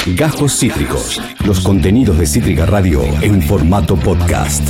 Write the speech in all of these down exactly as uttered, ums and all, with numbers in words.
Gajos Cítricos. Los contenidos de Cítrica Radio en formato podcast.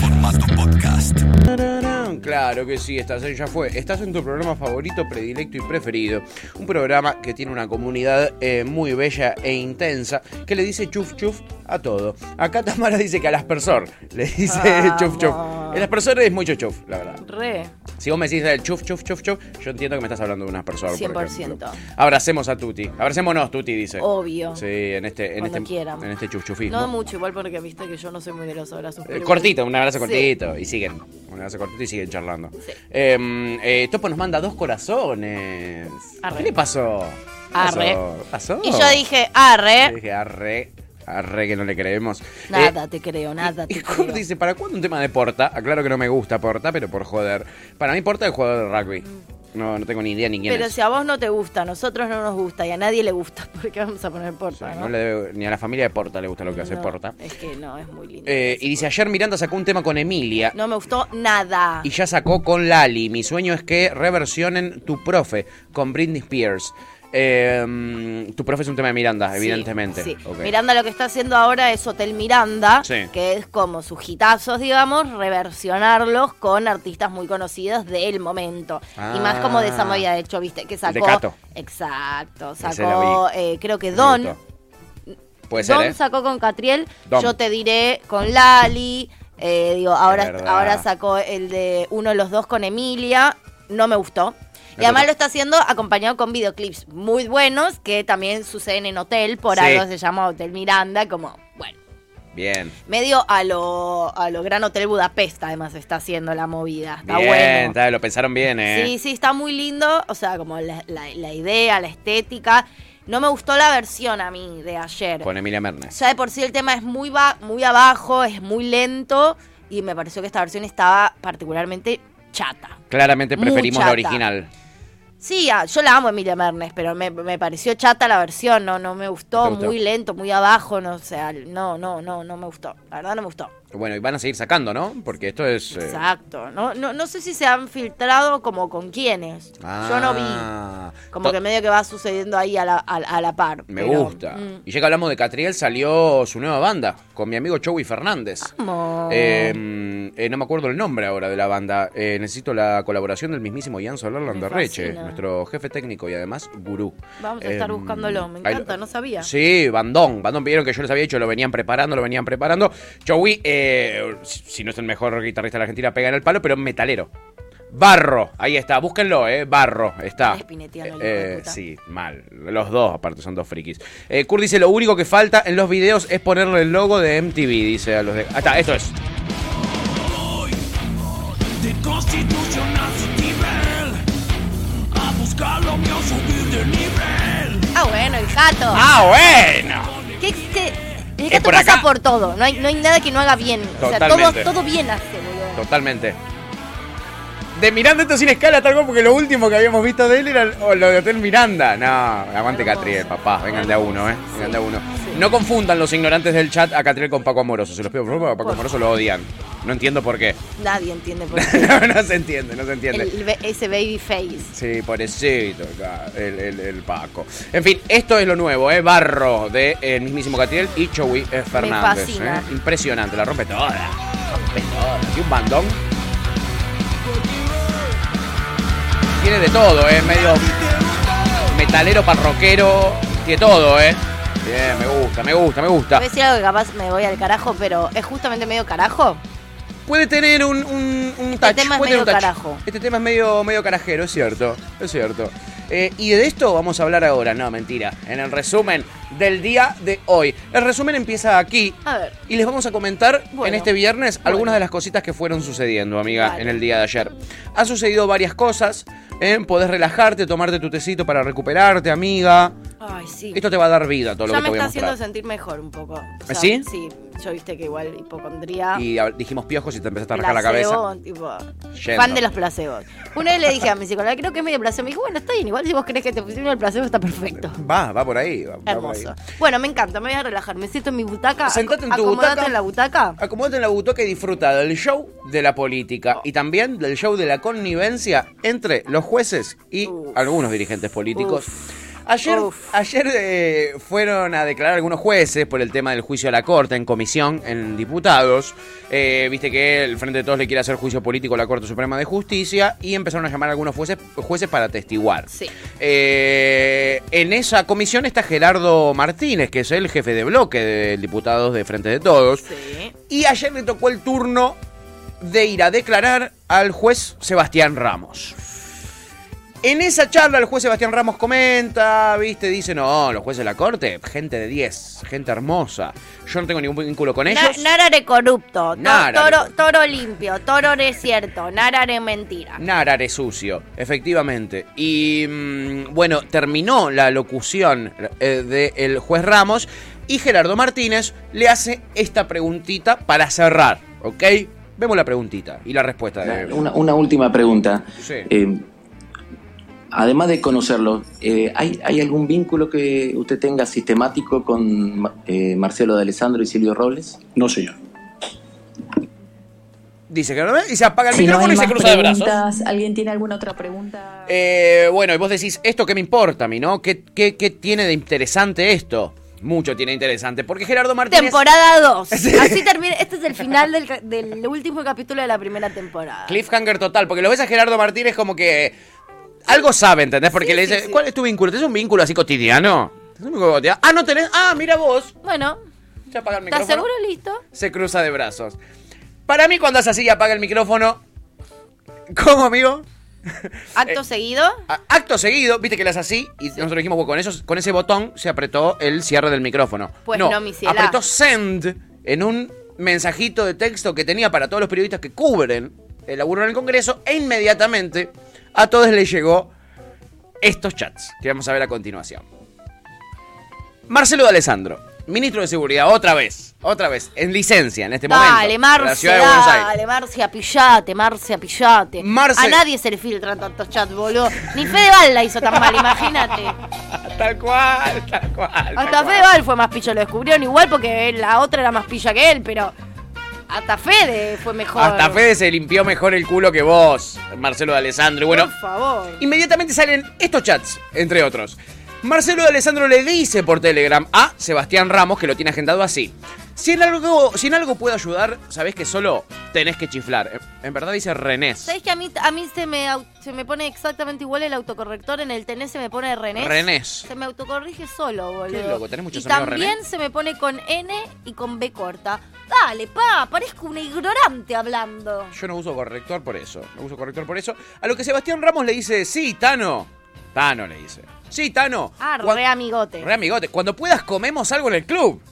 Claro que sí, estás ya fue. Estás en tu programa favorito, predilecto y preferido. Un programa que tiene una comunidad eh, muy bella e intensa que le dice chuf chuf a todo. Acá Tamara dice que al aspersor le dice Vamos. chuf chuf. El aspersor es mucho chuf, la verdad. Re. Si vos me decís el chuf chuf chuf chuf, yo entiendo que me estás hablando de un aspersor. cien por por ciento. ejemplo. Abracemos a Tuti. Abracémonos, Tuti, dice. Obvio. Sí, en este, en Cuando este, quieran. en este chuf chufismo. No mucho, igual porque viste que yo no soy muy de los abrazos. Eh, pero cortito, un abrazo Sí. cortito. Y siguen. Un abrazo cortito y siguen charlando. Sí. Eh, eh, Topo nos manda dos corazones. Arre. ¿Qué le pasó? ¿Qué Arre. pasó? ¿Pasó? Y yo dije, arre. Yo dije, arre. Arre, que no le creemos. Nada Eh, te creo, nada te y creo. Kurt dice, ¿para cuándo un tema de Porta? Aclaro que no me gusta Porta, pero por joder. Para mí Porta es jugador de rugby. No, no tengo ni idea ni quién Pero es. si a vos no te gusta, a nosotros no nos gusta y a nadie le gusta, ¿por qué vamos a poner O Porta, sea, no? no le debe- ni a la familia de Porta le gusta lo que hace No, Porta. Es que no, es muy lindo. Eh, y dice, ayer Miranda sacó un tema con Emilia. No me gustó nada. Y ya sacó con Lali. Mi sueño es que reversionen Tu Profe con Britney Spears. Eh, tu Profe es un tema de Miranda, Sí, evidentemente. sí. Ok. Miranda lo que está haciendo ahora es Hotel Miranda, Sí. que es como sus hitazos, digamos, reversionarlos con artistas muy conocidos del momento. Ah. Y más como de esa movida, de hecho, viste, que sacó... Cato. Exacto, Ese sacó, lo vi. eh, creo que Me Don. gustó. Puede ser, Don ¿eh? sacó con Catriel, Don. Yo Te Diré con Lali, eh, digo, ahora, verdad. ahora sacó el de uno de los dos con Emilia, no me gustó. Y Me además gustó. lo está haciendo acompañado con videoclips muy buenos que también suceden en hotel, por Sí. algo se llama Hotel Miranda, como, bueno, Bien. medio a lo, a lo Gran Hotel Budapest además está haciendo la movida, está bien, bueno. está- lo pensaron bien, ¿eh? Sí, sí, está muy lindo, o sea, como la, la- la idea, la estética. No me gustó la versión a mí de ayer. Con Emilia Mernes. Ya de por sí el tema es muy, ba- muy abajo, es muy lento y me pareció que esta versión estaba particularmente chata. Claramente Muy preferimos la chata. original. Sí, ah, yo la amo Emilia Mernes, pero me, me pareció chata la versión, no, no me gustó, ¿No te gustó? muy lento, muy abajo, no, o sea, no, no, no, no me gustó, la verdad no me gustó. Bueno, y van a seguir sacando, ¿no? Porque esto es... eh, Exacto, no, no, no sé si se han filtrado como con quiénes, yo no vi, ah, como to- que medio que va sucediendo ahí a la, a, a la par. Me pero, gusta. mm, Y ya que hablamos de Catriel, salió su nueva banda con mi amigo Joey Fernández. Vamos. Eh, eh, no me acuerdo el nombre ahora de la banda. Eh, necesito la colaboración del mismísimo Ian Solar Me Landerreche, fascina. nuestro jefe técnico y además gurú. Vamos a estar Eh, buscándolo, me ahí encanta, lo- no sabía. Sí, Bandón. Bandón vieron que yo les había dicho, lo venían preparando, lo venían preparando. Joey, eh, si si no es el mejor guitarrista de la Argentina, pega en el palo, pero metalero. Barro, ahí está, búsquenlo, eh, Barro, está. Es pinetiano, el Eh, hijo de puta. sí, mal. Los dos, aparte, son dos frikis. Eh, Kurt dice, lo único que falta en los videos es ponerle el logo de M T V, dice a los de... Ah, está, esto es. De constitucional sin nivel, a buscar lo mío, subir de nivel. Ah, bueno, el gato. ¡Ah, bueno! ¿Qué, qué- el Eh, gato por pasa acá. por todo. No hay, no hay nada que no haga bien. O sea, todo, Totalmente. todo bien hace, boludo. Totalmente. De Miranda esto sin escala, tal cual, porque lo último que habíamos visto de él era el- o lo de Hotel Miranda. No, aguante Hermoso. Catriel, papá. Vengan de a uno, eh. Vengan Sí, de a uno. sí. No confundan los ignorantes del chat a Catriel con Paco Amoroso. Se los pido por favor, a Paco Por Amoroso lo odian. No entiendo por qué. Nadie entiende por qué. no, no se entiende, no se entiende. El- el be- ese baby face. Sí, pobrecito, acá, el, el, el Paco. En fin, esto es lo nuevo, ¿eh? Barro de el mismísimo Catriel y Joey eh, Fernández. fascina. ¿eh? Impresionante, la rompe toda. Rompe toda. Y un bandón. Tiene de todo, ¿eh? Medio metalero, parroquero. Tiene todo, ¿eh? Bien, me gusta, me gusta, me gusta. Voy a decir algo que capaz me voy al carajo, pero es justamente medio carajo. Puede tener un, un, un Este touch. tema es puede tener un medio touch. carajo. Este tema es medio, medio carajero, es cierto. Es cierto. Eh, y de esto vamos a hablar ahora. No, mentira. En el resumen del día de hoy. El resumen empieza aquí. A ver. Y les vamos a comentar Bueno. en este viernes algunas Bueno. de las cositas que fueron sucediendo, amiga, Vale. en el día de ayer. Ha sucedido varias cosas. ¿eh? Podés relajarte, tomarte tu tecito para recuperarte, amiga. Ay, sí. Esto te va a dar vida, todo ya lo que me te voy a está haciendo mostrar. sentir mejor un poco. O sea, ¿Sí? Sí. Yo viste que igual hipocondría. Y ah, dijimos piojos y te empezaste a rascar la cabeza. placebo, tipo, Yendo. fan de los placebos. Una vez le dije a mi psicóloga, creo que es medio placebo. Me dijo, bueno, está bien, igual si vos crees que te pusieron el placebo está perfecto. Va, va por ahí. Va, va por ahí. Hermoso. Bueno, me encanta, me voy a relajar. Me siento en mi butaca. Sentate en tu acomodate butaca. en la butaca. Acomódate en la butaca y disfruta del show de la política y también del show de la connivencia entre los jueces y Uf. algunos dirigentes políticos. Ayer, Uf. ayer eh, fueron a declarar algunos jueces por el tema del juicio a la Corte en comisión, en diputados. Eh, Viste que el Frente de Todos le quiere hacer juicio político a la Corte Suprema de Justicia y empezaron a llamar a algunos jueces, jueces para atestiguar. Sí. Eh, en esa comisión está Gerardo Martínez, que es el jefe de bloque de diputados de Frente de Todos. Sí. Y ayer le tocó el turno de ir a declarar al juez Sebastián Ramos. En esa charla el juez Sebastián Ramos comenta, viste, dice, no, los jueces de la corte, gente de diez, gente hermosa. Yo no tengo ningún vínculo con ellos. Na- Nárare corrupto, to- Nárare toro, corrupto. toro limpio, toro desierto, Nárare mentira. Nárare sucio, efectivamente. Y mm, bueno, terminó la locución eh, del juez Ramos y Gerardo Martínez le hace esta preguntita para cerrar, ¿ok? Vemos la preguntita y la respuesta de... Una, una última pregunta. Sí. Eh, además de conocerlo, eh, ¿hay, ¿hay algún vínculo que usted tenga sistemático con eh, Marcelo de Alessandro y Silvio Robles? No, señor. Dice que no ve y se apaga el Si no micrófono hay y se más cruza de brazos. preguntas, ¿alguien tiene alguna otra pregunta? Eh, bueno, y vos decís, ¿esto qué me importa a mí, no? ¿Qué, qué, qué tiene de interesante esto? Mucho tiene interesante, porque Gerardo Martínez... Temporada dos. Sí. Así termina. Este es el final del, ca- del último capítulo de la primera temporada. Cliffhanger total, porque lo ves a Gerardo Martínez como que... Algo sabe, ¿entendés? Porque Sí, le dice, sí, sí. ¿cuál es tu vínculo? ¿Tienes un vínculo así cotidiano? ¿Tienes un vínculo cotidiano? Ah, no tenés... Ah, mira vos. Bueno, Se apaga el ¿estás micrófono. seguro? Listo. Se cruza de brazos. Para mí, cuando hace así y apaga el micrófono... ¿Cómo, amigo? Acto seguido. A- Acto seguido, viste que le hace así y nosotros dijimos que con, esos, con ese botón se apretó el cierre del micrófono. Pues no, mi ciela. apretó send en un mensajito de texto que tenía para todos los periodistas que cubren el laburo en el Congreso e inmediatamente a todos les llegó estos chats que vamos a ver a continuación. Marcelo de Alessandro, ministro de Seguridad, otra vez, otra vez, en licencia en este momento. Dale, en la Marcia, ciudad de Buenos Aires. dale, Marcia, pillate, Marcia, pillate. Marce- A nadie se le filtran tantos chats, boludo. Ni Fedeval la hizo tan mal, imagínate. Tal cual, tal cual. tal Hasta cual. Fedeval fue más pillo, lo descubrieron igual porque la otra era más pilla que él, pero hasta Fede fue mejor. Hasta Fede se limpió mejor el culo que vos, Marcelo de Alessandro. Y bueno, Por favor. inmediatamente salen estos chats, entre otros. Marcelo de Alessandro le dice por Telegram a Sebastián Ramos, que lo tiene agendado así: Si en algo, si en algo puedo ayudar, sabés que solo tenés que chiflar. En, en verdad dice Renés. ¿Sabés que a mí, a mí se, me, au- se me pone exactamente igual el autocorrector? En el tenés se me pone Renés. Renés. Se me autocorrige solo, boludo. Qué loco, tenés muchos y amigos también René. se me pone con N y con B corta. Dale, pa, parezco una ignorante hablando. Yo no uso corrector por eso. No uso corrector por eso. A lo que Sebastián Ramos le dice: Sí, Tano. Tano le dice. Sí, Tano. Ah, Cuan- re amigote. Re amigote. Cuando puedas comemos algo en el club.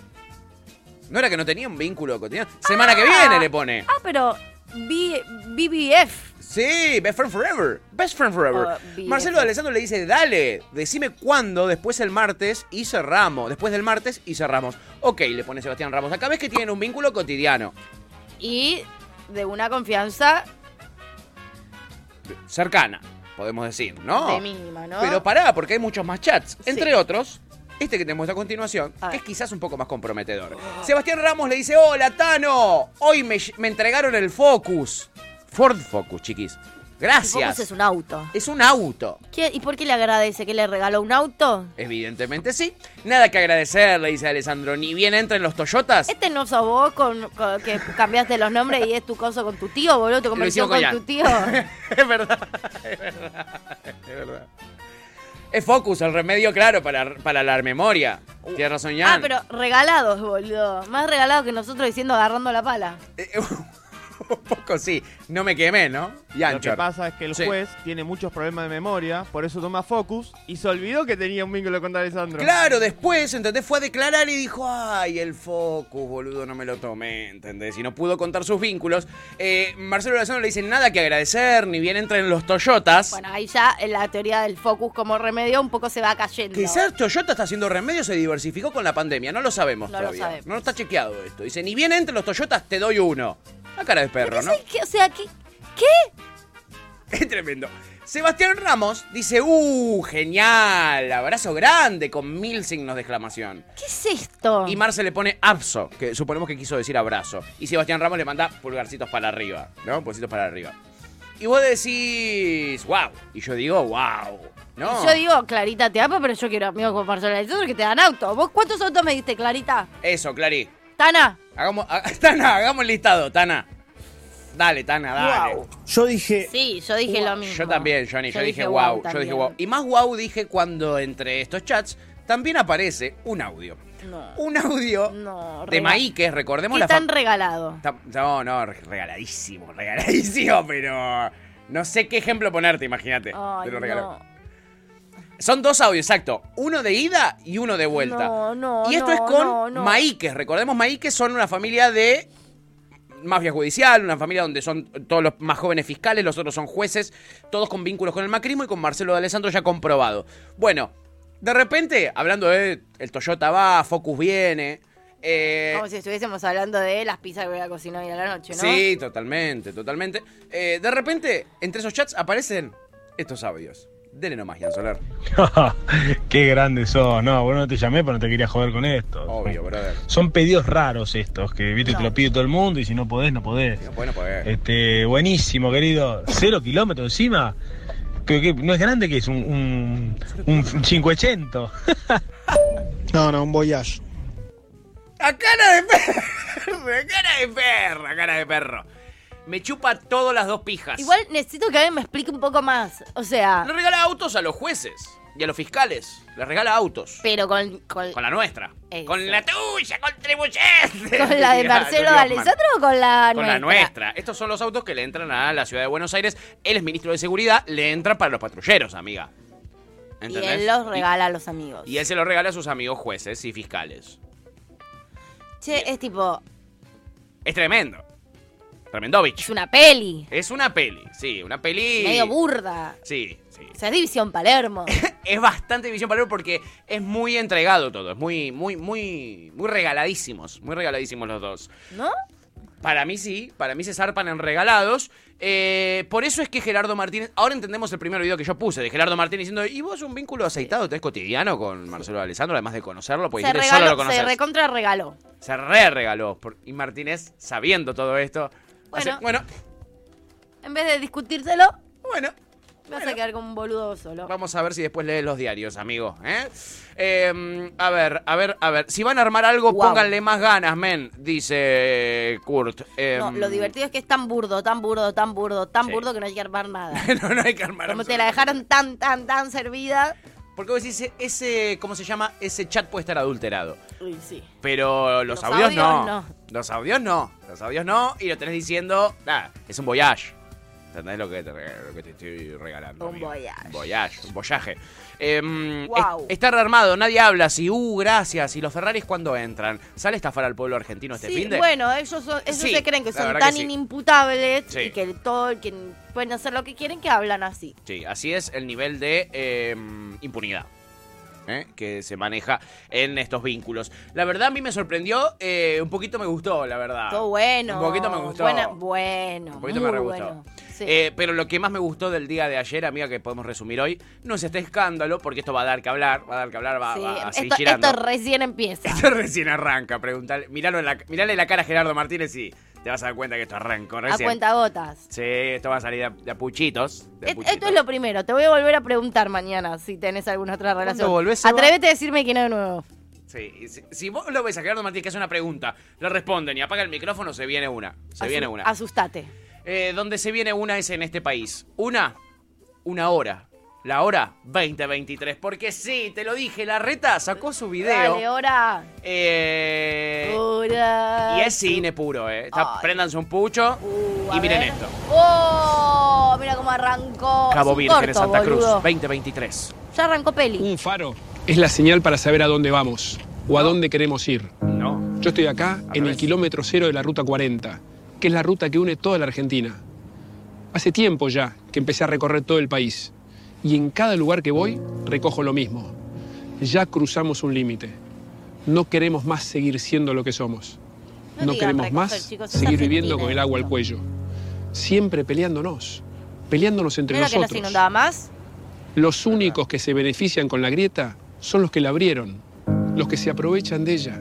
¿No era que no tenía un vínculo cotidiano? Semana que viene le pone. Ah, pero B- B B F. Sí, Best Friend Forever. Best Friend Forever. Oh, bien. Marcelo de Alessandro le dice, dale, decime cuándo, después el martes y cerramos. Después del martes y cerramos. Ok, le pone Sebastián Ramos. Acá ves que tienen un vínculo cotidiano. Y de una confianza Cercana, podemos decir, ¿no? de mínima, ¿no? Pero pará, porque hay muchos más chats. Entre Sí. otros, este que te muestro a continuación, A que ver. es quizás un poco más comprometedor. Sebastián Ramos le dice, hola, Tano. Hoy me, me entregaron el Focus. Ford Focus, chiquis. Gracias. Focus es un auto. Es un auto. ¿Qué- ¿Y por qué le agradece que le regaló un auto? Evidentemente sí. Nada que agradecer, le dice Alessandro. Ni bien entren los Toyotas. Este no sos vos con, con- que cambiaste los nombres y es tu cosa con tu tío, boludo. Tu conversión hicimos con con tu tío. es verdad, es verdad, es verdad. Es Focus, el remedio claro para, para la memoria. Tienes razón, Jan. Ah, pero regalados, boludo. Más regalados que nosotros diciendo agarrando la pala. Eh, un poco sí. No me quemé, ¿no? Y Lo que pasa es que el Sí. juez tiene muchos problemas de memoria, por eso toma Focus y se olvidó que tenía un vínculo con Alessandro. Claro, después, ¿entendés? Fue a declarar y dijo, ay, el Focus, boludo, no me lo tomé, ¿entendés? Y no pudo contar sus vínculos. Eh, Marcelo Alessandro le dice nada que agradecer, ni bien entren los Toyotas. Bueno, ahí ya en la teoría del focus como remedio un poco se va cayendo. Quizás Toyota está haciendo remedio, se diversificó con la pandemia, no lo sabemos No lo todavía. sabemos. No está chequeado esto. Dice, ni bien entre los Toyotas te doy uno. La cara de perro, ¿no? ¿Qué? O sea, ¿qué? ¿Qué? Es tremendo. Sebastián Ramos dice, uh, genial, abrazo grande con mil signos de exclamación. ¿Qué es esto? Y Marce le pone abso, que suponemos que quiso decir abrazo. Y Sebastián Ramos le manda pulgarcitos para arriba, ¿no? Pulgarcitos para arriba. y vos decís, wow. Y yo digo, wow. No. Y yo digo, Clarita, te amo, pero yo quiero amigos con Marcelo Alessandro que te dan auto. ¿Vos cuántos autos me diste, Clarita? Eso, Clary. Tana. Hagamos, ha- Tana, hagamos el listado, Tana. Dale, Tana, dale. Wow. Yo dije. Sí, yo dije lo mismo. Yo también, Johnny, yo, Yo dije dije wow, wow yo también. dije wow. Y más wow dije cuando entre estos chats también aparece un audio. No. Un audio No, de rega- Maíques, recordemos ¿Qué la tan fa- regalado? Ta- No, no, regaladísimo, regaladísimo, pero no sé qué ejemplo ponerte, imagínate. Ay, de lo regalado. no. Son dos audios, exacto. Uno de ida y uno de vuelta. No, no, y esto no, es con no, no. Maíques. Recordemos, Maíques son una familia de mafia judicial, una familia donde son todos los más jóvenes fiscales, los otros son jueces, todos con vínculos con el macrismo y con Marcelo de Alessandro ya comprobado. Bueno, de repente, hablando de el Toyota va, Focus viene... Eh, Como si estuviésemos hablando de las pizzas que voy a cocinar hoy a la noche, ¿no? Sí, totalmente, totalmente. Eh, de repente, entre esos chats aparecen estos audios. Dele nomás, Jan Soler. Qué grande sos. No, bueno, no te llamé, pero no te quería joder con esto. Obvio, brother. Son pedidos raros estos, que viste, No. te lo pide todo el mundo y si no podés, no podés. No puede, no puede. Este, buenísimo, querido. Cero kilómetros encima. Que, que no es grande, que es un, un, un cincuecento. No, no, un Voyage. ¡A cara de perro! ¡A cara de perro! ¡A cara de perro! Me chupa todas las dos pijas. Igual necesito que alguien me explique un poco más. O sea, Le regala autos a los jueces y a los fiscales. Les regala autos. pero con, con, Con la nuestra. Eso. Con la tuya, contribuyente. ¿con la de Marcelo de Alessandro o con la Con nuestra? la nuestra. Estos son los autos que le entran a la ciudad de Buenos Aires. Él es ministro de seguridad, le entran para los patrulleros, amiga. Y ¿Entendés? él los regala a los amigos. Y, y él se los regala a sus amigos jueces y fiscales. Che, es tipo, Es tremendo. Tremendovich. es una peli. Es una peli, sí, una peli... Medio burda. Sí, sí. O sea, es División Palermo. Es bastante División Palermo porque es muy entregado todo. Es muy, muy, muy, muy regaladísimos. Muy regaladísimos los dos. ¿No? Para mí sí, para mí se zarpan en regalados. Eh, por eso es que Gerardo Martínez... Ahora entendemos el primer video que yo puse de Gerardo Martínez diciendo, ¿y vos un vínculo aceitado tenés cotidiano con Marcelo de Alessandro, además de conocerlo? Porque Se dijiste, solo lo regaló, conoces. se recontra regaló. Se re regaló. Por- Y Martínez, sabiendo todo esto... hace- Bueno. bueno, En vez de discutírselo, bueno. me vas a quedar como un boludo solo. Vamos a ver si después lees los diarios, amigo. ¿eh? Eh, a ver, a ver, a ver. Si van a armar algo, Guau. pónganle más ganas, men, dice Kurt. Eh, No, lo divertido es que es tan burdo, tan burdo, tan burdo, tan Sí. burdo que no hay que armar nada. no, no hay que armar Como te la absolutamente. dejaron tan, tan, tan servida. Porque vos decís, ese, ¿cómo se llama? Ese chat puede estar adulterado. Uy, sí. Pero los, Los audios, audios no. no. Los audios no. Los audios no. Y lo tenés diciendo, nada, es un voyage. ¿Entendés lo que te, lo que te estoy regalando? Un amigo? voyage. Un voyage, un voyaje. Eh, Guau. es- está rearmado, nadie habla. Si, uh, gracias. ¿Y los Ferraris cuándo entran? ¿Sale a estafar al pueblo argentino este Sí, fin de? bueno, ellos, son, ellos Sí, se creen que la son verdad tan que sí. inimputables Sí. y que todo, que pueden hacer lo que quieren, que hablan así. Sí, así es el nivel de eh, impunidad. ¿eh? Que se maneja en estos vínculos. La verdad a mí me sorprendió, eh, un poquito me gustó, la verdad. Todo bueno. Un poquito me gustó. Buena- bueno, Un poquito muy me re gustó. bueno. Sí. Eh, pero lo que más me gustó del día de ayer, amiga, que podemos resumir hoy, no es este escándalo, porque esto va a dar que hablar, va a dar que hablar, va, Sí, va a seguir esto, girando. esto recién empieza. Esto recién arranca, preguntale, miralo en la, mirale la cara a Gerardo Martínez y te vas a dar cuenta que esto arrancó A recién. cuentagotas. Sí, esto va a salir de, de a puchitos. de a Et- puchitos. Esto es lo primero. Te voy a volver a preguntar mañana si tenés alguna otra relación. volvés, Seba? Atrévete a decirme quién es de nuevo. Sí, y si, si vos lo ves a Gerardo Martínez que hace una pregunta, le responden y apaga el micrófono, se viene una. Se Asu- viene una. Asustate. Eh, donde se viene una es en este país. Una, una hora. La hora veinte veintitrés. Porque sí, te lo dije, la reta sacó su video. Dale, hora. Eh, Hora. y es cine puro, ¿eh? Está- Ay. préndanse un pucho Uh, a y miren ver. esto. ¡Oh! Mira cómo arrancó. Cabo Es un Virgen en corto, Santa Cruz, boludo. veinte veintitrés. Ya arrancó peli. Un faro es la señal para saber a dónde vamos o a dónde queremos ir. No. Yo estoy acá en revés. el kilómetro cero de la ruta cuarenta, que es la ruta que une toda la Argentina. Hace tiempo ya que empecé a recorrer todo el país y en cada lugar que voy recojo lo mismo. Ya cruzamos un límite. No queremos más seguir siendo lo que somos. No No, digan queremos recoger, más chicos, es seguir viviendo Argentina con el agua al esto. cuello. Siempre peleándonos, peleándonos entre ¿No era que nosotros. nos inundaba más? Los únicos que se benefician con la grieta son los que la abrieron, los que se aprovechan de ella.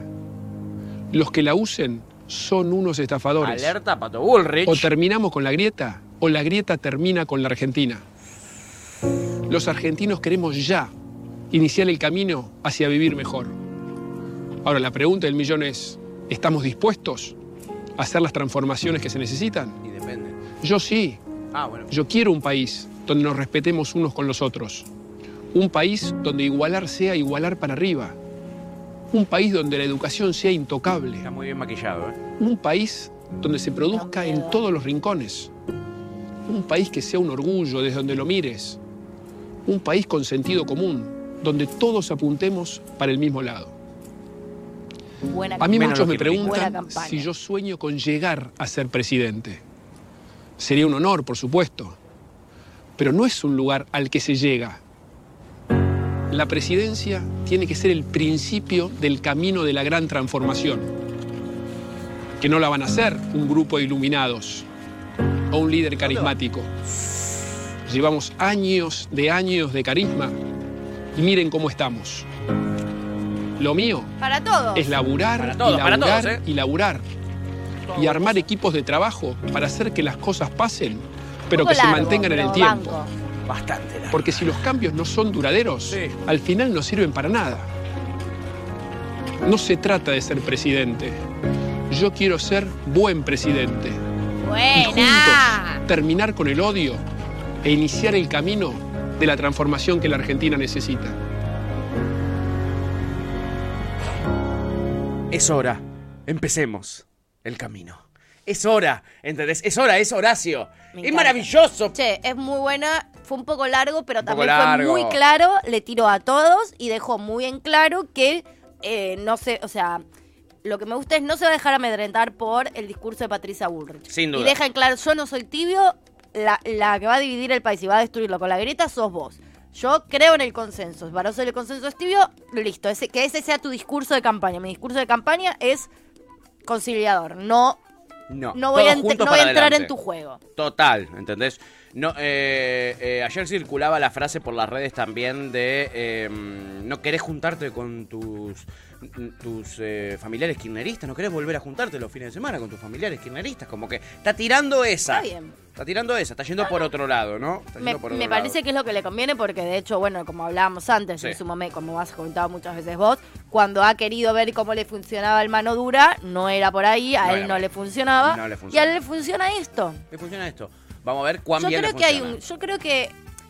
Los que la usen son unos estafadores. Alerta, Pato Bullrich. O terminamos con la grieta o la grieta termina con la Argentina. Los argentinos queremos ya iniciar el camino hacia vivir mejor. Ahora, la pregunta del millón es, ¿estamos dispuestos a hacer las transformaciones que se necesitan? Y depende. Yo sí. Ah, bueno. Yo quiero un país donde nos respetemos unos con los otros. Un país donde igualar sea igualar para arriba. Un país donde la educación sea intocable. Está muy bien maquillado, ¿eh? Un país donde se produzca en todos los rincones. Un país que sea un orgullo desde donde lo mires. Un país con sentido común, donde todos apuntemos para el mismo lado. Buena A mí campaña. muchos me Buena preguntan campaña. si yo sueño con llegar a ser presidente. Sería un honor, por supuesto, pero no es un lugar al que se llega. La presidencia tiene que ser el principio del camino de la gran transformación, que no la van a hacer un grupo de iluminados o un líder carismático. Llevamos años de años de carisma y miren cómo estamos. Lo mío Para todos. es laburar Para todos, y para laburar todos, ¿eh? y laburar. Y armar equipos de trabajo para hacer que las cosas pasen, pero Un poco que se largo, mantengan en el pero tiempo. banco. Bastante largo. Porque si los cambios no son duraderos, Sí. al final no sirven para nada. No se trata de ser presidente. Yo quiero ser buen presidente. Y Buena. juntos terminar con el odio e iniciar el camino de la transformación que la Argentina necesita. Es hora. Empecemos el camino. Es hora, ¿entendés? Es hora, es Horacio. Me Es encanta. maravilloso. Che, es muy buena. Fue un poco largo, pero Un poco también fue largo. muy claro. Le tiró a todos y dejó muy en claro que eh, no sé, o sea, lo que me gusta es no se va a dejar amedrentar por el discurso de Patricia Bullrich. Sin duda. Y deja en claro, yo no soy tibio, la, la que va a dividir el país y va a destruirlo con la grieta sos vos. Yo creo en el consenso. Para eso el consenso es tibio, listo. Ese, que ese sea tu discurso de campaña. Mi discurso de campaña es conciliador. No, No, no voy, todos a, ent- juntos no voy a para entrar adelante. en tu juego. Total, ¿entendés? No, eh, eh, ayer circulaba la frase por las redes también de eh, no querés juntarte con tus tus eh, familiares kirchneristas, no querés volver a juntarte los fines de semana con tus familiares kirchneristas, como que está tirando esa. Está bien. Está tirando esa, está yendo por otro lado, ¿no? Está Me, yendo por otro me lado. parece que es lo que le conviene porque de hecho, bueno, como hablábamos antes, Sí. en su momento, como has comentado muchas veces vos, cuando ha querido ver cómo le funcionaba el mano dura, no era por ahí, a No él era no por le ahí. funcionaba, No le y a funciona. él le funciona esto. ¿Qué funciona esto? Vamos a ver cuán Yo bien creo le que hay funciona. un, yo creo que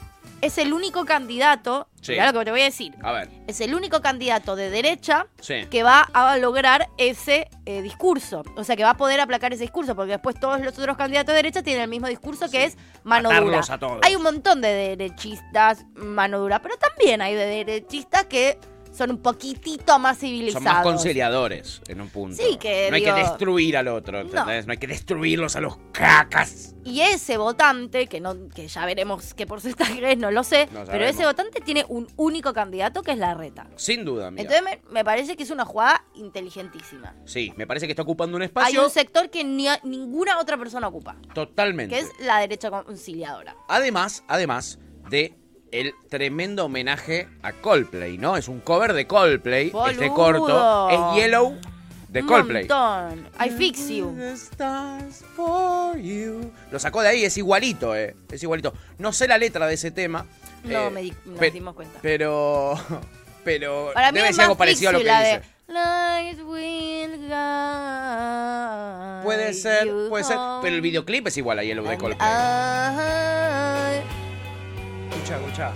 es el único candidato, Sí. mirá lo que te voy a decir, A ver, es el único candidato de derecha sí. que va a lograr ese eh, discurso. O sea, que va a poder aplacar ese discurso, porque después todos los otros candidatos de derecha tienen el mismo discurso que es mano dura. Matarlos a todos. Hay un montón de derechistas mano dura, pero también hay de derechistas que son un poquitito más civilizados. Son más conciliadores en un punto. Sí, que no hay digo- que destruir al otro, ¿entendés? No. hay que destruirlos a los cacas. Y ese votante, que no que ya veremos qué porcentaje es, no lo sé, No pero sabemos. ese votante tiene un único candidato que es Larreta. Sin duda, mira. Entonces me, me parece que es una jugada inteligentísima. Sí, me parece que está ocupando un Hay espacio un sector que ni a- ninguna otra persona ocupa, totalmente. que es la derecha conciliadora. Además, además de el tremendo homenaje a Coldplay, ¿no? Es un cover de Coldplay, este Boludo. corto. Es Yellow de Un Coldplay. montón. I fix you. The stars for you. Lo sacó de ahí, es igualito, eh. Es igualito. No sé la letra de ese tema. No, eh, me di- nos pe- dimos cuenta. Pero. Pero. Para mí debe es ser más algo parecido a lo Fix que You, la dice. de Light will guide Puede ser, you puede ser. home. Pero el videoclip es igual a Yellow de And Coldplay. I- Escucha, escucha.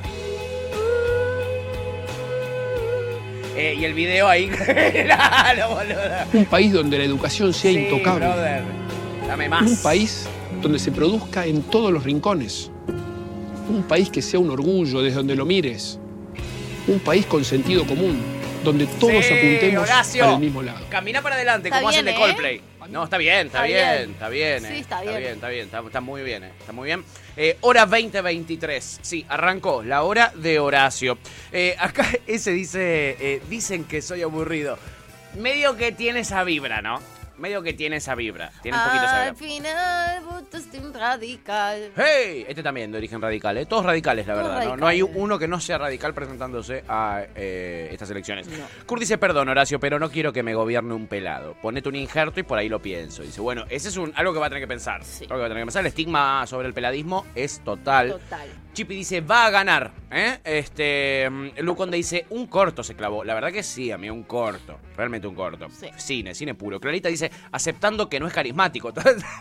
Eh, y el video ahí. Claro, boludo. Un país donde la educación sea Sí, intocable. brother. Dame más. Un país donde se produzca en todos los rincones. Un país que sea un orgullo desde donde lo mires. Un país con sentido común, donde todos Sí, apuntemos Horacio. para el mismo lado. Camina para adelante, Está como hacen de bien, ¿eh? Coldplay. No, está bien, está, Está bien, bien. está bien, eh. Sí, está Está bien. bien, está bien, está, está muy bien, eh. Está muy bien. Eh, hora veinte veintitrés. Sí, arrancó la hora de Horacio. Eh, acá ese dice, eh, dicen que soy aburrido. Medio que tiene esa vibra, ¿no? medio que tiene esa vibra. Tiene un poquito esa Al vibra. final, vos sos un radical. ¡Hey! Este también de origen radical, ¿eh? Todos radicales, la Todos verdad. ¿no? No hay radicales. uno que no sea radical presentándose a eh, estas elecciones. No. Kurt dice, perdón, Horacio, pero no quiero que me gobierne un pelado. Ponete un injerto y por ahí lo pienso. Dice, bueno, ese es un, algo que va a tener que pensar. Sí. Algo que va a tener que pensar. El estigma sobre el peladismo es total. Total. Chippy dice, va a ganar. ¿eh? Este, mm, Luconde dice, un corto se clavó. La verdad que sí, amigo, un corto. Realmente un corto. Sí. Cine, cine puro. Clarita dice, aceptando que no es carismático.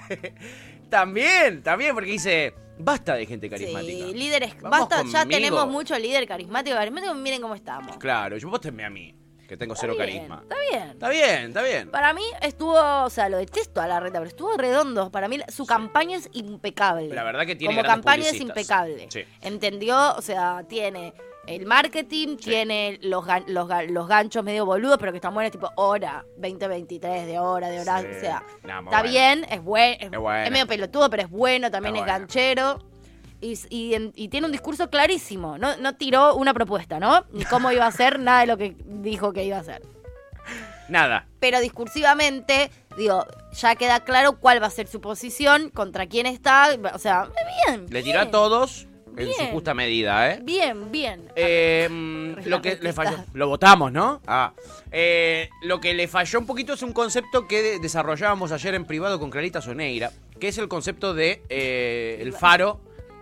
También, también, porque dice, basta de gente carismática. Sí, líderes. Vamos Basta, ya conmigo. tenemos mucho líder carismático. Carismático, miren cómo estamos. Claro, yo votenme a mí, que tengo cero Está bien, carisma. Está bien. Está bien, está bien. Para mí estuvo, o sea, lo detesto a Larreta, pero estuvo redondo. Para mí su campaña es impecable. La verdad que tiene Como grandes campaña es publicistas. impecable. Sí. Entendió, o sea, tiene el marketing, tiene los, gan- los, ga- los ganchos medio boludos, pero que están buenos, tipo hora, veinte veintitrés de hora, de hora. Sí. O sea, No, muy está bueno. bien, es, buen, es, Es bueno. es medio pelotudo, pero es bueno, también Está es bueno. ganchero. Y, y, en- y tiene un discurso clarísimo. No, no tiró una propuesta, ¿no? Ni cómo iba a hacer, nada de lo que dijo que iba a hacer. Nada. Pero discursivamente, digo, ya queda claro cuál va a ser su posición, contra quién está. O sea, bien. Le bien, tiró a todos en su Bien. justa medida, ¿eh? Bien, bien. Eh, mm, lo que le Retita. falló, lo votamos, ¿no? Ah, Eh, lo que le falló un poquito es un concepto que de- desarrollábamos ayer en privado con Clarita Soneira, que es el concepto de eh, el faro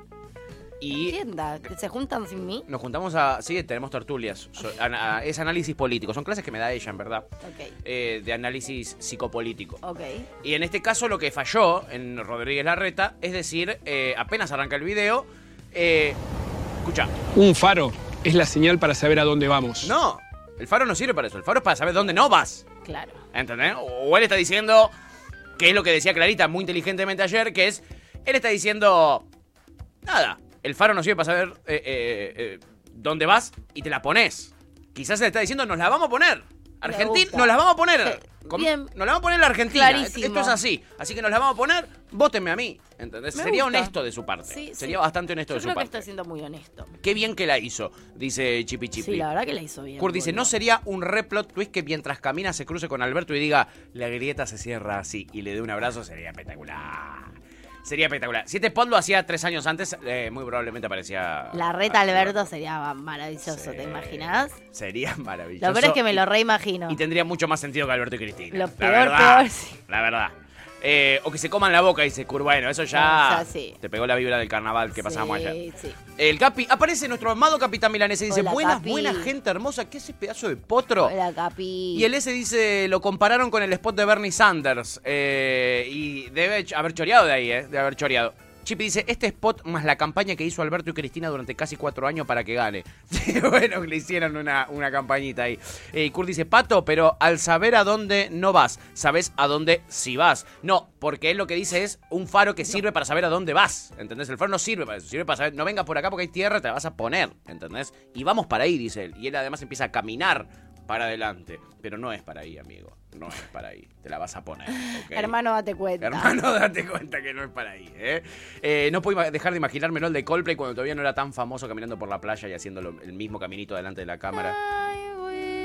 y ¿Qué onda? ¿Se juntan sin mí? nos juntamos a, sí, tenemos tertulias, so- a- a- es análisis político, son clases que me da ella, en verdad, Ok, eh, de análisis psicopolítico. ok. Y en este caso lo que falló en Rodríguez Larreta es decir, eh, apenas arranca el video, eh, escucha, Un faro es la señal para saber a dónde vamos. no, el faro no sirve para eso, el faro es para saber dónde no vas. Claro. ¿Entendés? O él está diciendo, que es lo que decía Clarita muy inteligentemente ayer, que es, él está diciendo, nada, el faro no sirve para saber eh, eh, eh, dónde vas y te la pones. Quizás él está diciendo, nos la vamos a poner. Argentina, gusta. nos las vamos a poner. Sí, Com- bien. Nos la vamos a poner en la Argentina. Clarísimo. Esto es así. Así que nos la vamos a poner, vótenme a mí. ¿Entendés? Me Sería gusta. honesto de su parte. Sí, sí. Sería bastante honesto Yo de su creo que parte. está siendo muy honesto. Qué bien que la hizo, dice Chipi Chipi. Sí, la verdad que la hizo bien. Kurt dice, boludo. ¿no sería un replot twist que mientras camina se cruce con Alberto y diga, la grieta se cierra así y le dé un abrazo? Sería espectacular. Sería espectacular. Si este pod lo hacía tres años antes, eh, muy probablemente aparecía... La reta Alberto sería maravilloso, ¿te imaginas? Sería maravilloso. Lo peor es que me y- lo reimagino. Y tendría mucho más sentido que Alberto y Cristina. Lo La peor, verdad, peor, sí. La verdad. Eh, o que se coman la boca, dice Kurt. Bueno, eso ya... O sea, sí. Te pegó la vibra del carnaval que pasábamos Sí, ayer. sí. El Capi, aparece nuestro amado Capitán Milanese y dice, Hola, buenas, Capi. buena gente hermosa, ¿qué es ese pedazo de potro? Hola, Capi. Y el S dice, lo compararon con el spot de Bernie Sanders. eh, y debe haber choreado de ahí, ¿eh? Debe haber choreado. Chippy dice, este spot más la campaña que hizo Alberto y Cristina durante casi cuatro años para que gane. Sí, bueno, le hicieron una, una campañita ahí. Eh, y Kurt dice, Pato, pero al saber a dónde no vas, sabes a dónde sí vas. No, porque él lo que dice es un faro que sirve para saber a dónde vas. ¿Entendés? El faro no sirve para eso, sirve para saber, no vengas por acá porque hay tierra, te la vas a poner. ¿Entendés? Y vamos para ahí, dice él. Y él además empieza a caminar para adelante. Pero no es para ahí, amigo. No es para ahí. Te la vas a poner. ¿ok? Hermano, date cuenta. Hermano, date cuenta que no es para ahí, ¿eh? Eh, no puedo ima- dejar de imaginármelo el de Coldplay cuando todavía no era tan famoso caminando por la playa y haciendo lo- el mismo caminito delante de la cámara. Ay,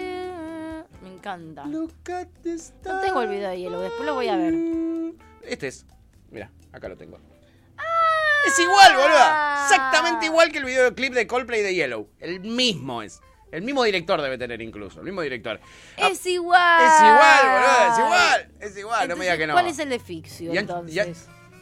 güey. Me encanta. No tengo el video de Hielo, después lo voy a ver. Este es. Mira, acá lo tengo. Es igual, boludo. Exactamente igual que el videoclip de Coldplay de Yellow. El mismo es. El mismo director debe tener incluso. El mismo director. Ah, Es igual. es igual, boludo. Es igual. Es igual. no me digas Entonces, que no. ¿cuál es el de Fixio, Y an- entonces? y an-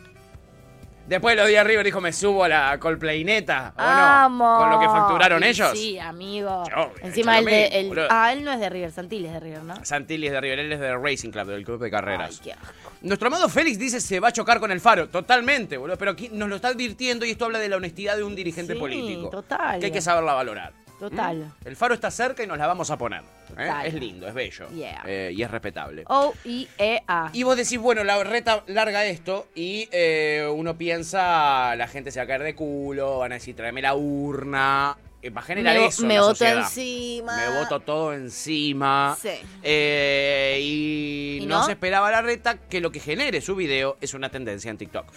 Después de los días River dijo, me subo a la Coldplayneta. ¿O Amo. no? Con lo que facturaron Y ellos. Sí, amigo. Yo hubiera Encima hecho el lo de... mismo, el- boludo. ah, él no es de River, Santilli es de River, ¿no? Santilli es de River, él es de Racing Club, del club de carreras. Ay, qué asco. Nuestro amado Félix dice se va a chocar con el faro. Totalmente, boludo. Pero aquí nos lo está advirtiendo y esto habla de la honestidad de un dirigente Sí, político. total. Que hay que saberla valorar. Total. ¿Mm? El faro está cerca y nos la vamos a poner. ¿eh? Total. Es lindo, es bello. Yeah. Eh, y es respetable. O I E A. Y vos decís, bueno, la reta larga esto y eh, uno piensa, la gente se va a caer de culo, van a decir, tráeme la urna. Eh, va a generar Me, eso en me la voto sociedad. encima. Me voto todo encima. Sí. Eh, y ¿Y no? no? se esperaba la reta que lo que genere su video es una tendencia en TikTok.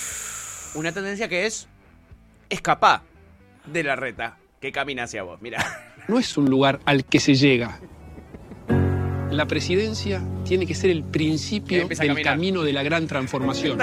Una tendencia que es escapar de la reta que camina hacia vos. Mira. No es un lugar al que se llega. La presidencia tiene que ser el principio del camino de la gran transformación.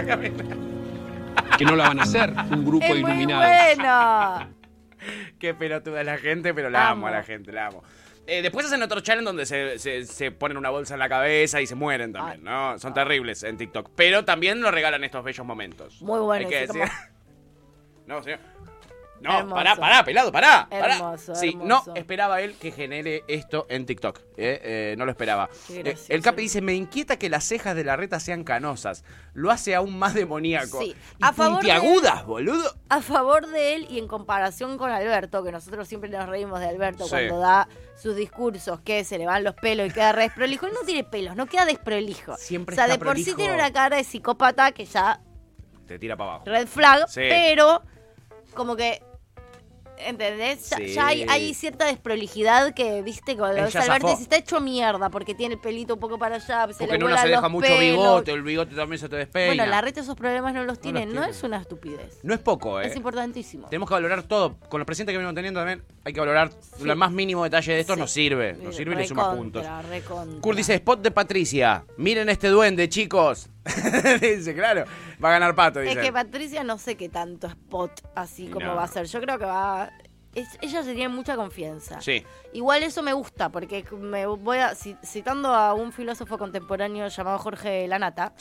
Que no la van a hacer un grupo es de muy iluminados. bueno. Qué pelotuda la gente, pero la amo, Amo. a la gente, la amo. Eh, después hacen otro challenge donde se, se, se ponen una bolsa en la cabeza y se mueren también, ¿no? Son terribles en TikTok. Pero también nos regalan estos bellos momentos. Muy bueno. Hay que ese decir. como- No, señor. No, Hermoso. pará, pará, pelado, pará. pará. Hermoso, Sí, hermoso. no esperaba él que genere esto en TikTok. eh, eh, no lo esperaba. Qué Eh, gracioso. el Capi dice, me inquieta que las cejas de la reta sean canosas. Lo hace aún más demoníaco. Sí. Y A favor de- puntiagudas, boludo. A favor de él y en comparación con Alberto, que nosotros siempre nos reímos de Alberto Sí. cuando da sus discursos, que se le van los pelos y queda re desprolijo. Él no tiene pelos, no queda desprolijo. Siempre O sea, está de por sí prolijo. tiene una cara de psicópata que ya Te tira para abajo. red flag, Sí. pero como que, ¿entendés? Ya, Sí. ya hay, hay cierta desprolijidad que, viste, con lo Él de ya Alberto zafó. se está hecho mierda porque tiene el pelito un poco para allá, se Porque le en una vuelan se deja los mucho pelos. bigote, el bigote también se te despeina. Bueno, la reta esos problemas no los tiene, no, tiene. es una estupidez. No es poco, ¿eh? Es importantísimo. Tenemos que valorar todo. Con los presidentes que venimos teniendo también, hay que valorar el más mínimo detalle de estos. Sí. Nos sirve, nos sirve y le suma puntos. Recontra, recontra. Kurt dice, spot de Patricia. Miren este duende, chicos. Dice, claro, va a ganar Pato, dice. Es que Patricia no sé qué tanto spot así Y como no. va a ser. Yo creo que va... es- ella se tiene mucha confianza. Sí. Igual eso me gusta, porque me voy a... ci- Citando a un filósofo contemporáneo llamado Jorge Lanata,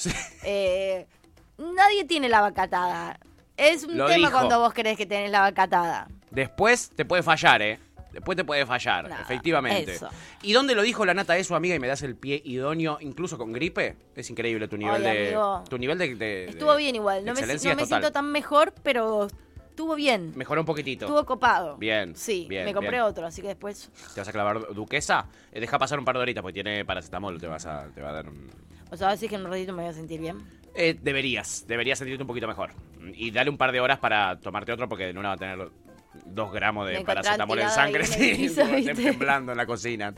eh, nadie tiene la vacatada. Es un Lo tema dijo. cuando vos crees que tenés la vacatada. Después te puede fallar, ¿eh? Después te puede fallar, Nada, efectivamente. eso. ¿Y dónde lo dijo la nata de su amiga y me das el pie idóneo, incluso con gripe? Es increíble tu nivel Ay, de... amigo. Tu nivel de... de- Estuvo de bien igual. No me, excelencia no me es total. siento tan mejor, pero estuvo bien. Mejoró un poquitito. Estuvo copado. Bien, Sí, bien, me compré bien. otro, así que después... ¿Te vas a clavar duquesa? Eh, deja pasar un par de horitas porque tiene paracetamol, te vas a, te va a dar un... O sea, decís que en un ratito me voy a sentir bien. Eh, deberías, deberías sentirte un poquito mejor. Y dale un par de horas para tomarte otro porque en una va a tener dos gramos de Me encontraban paracetamol en tirada sangre. ahí en el Sí, piso, tipo, ¿viste? temblando en la cocina.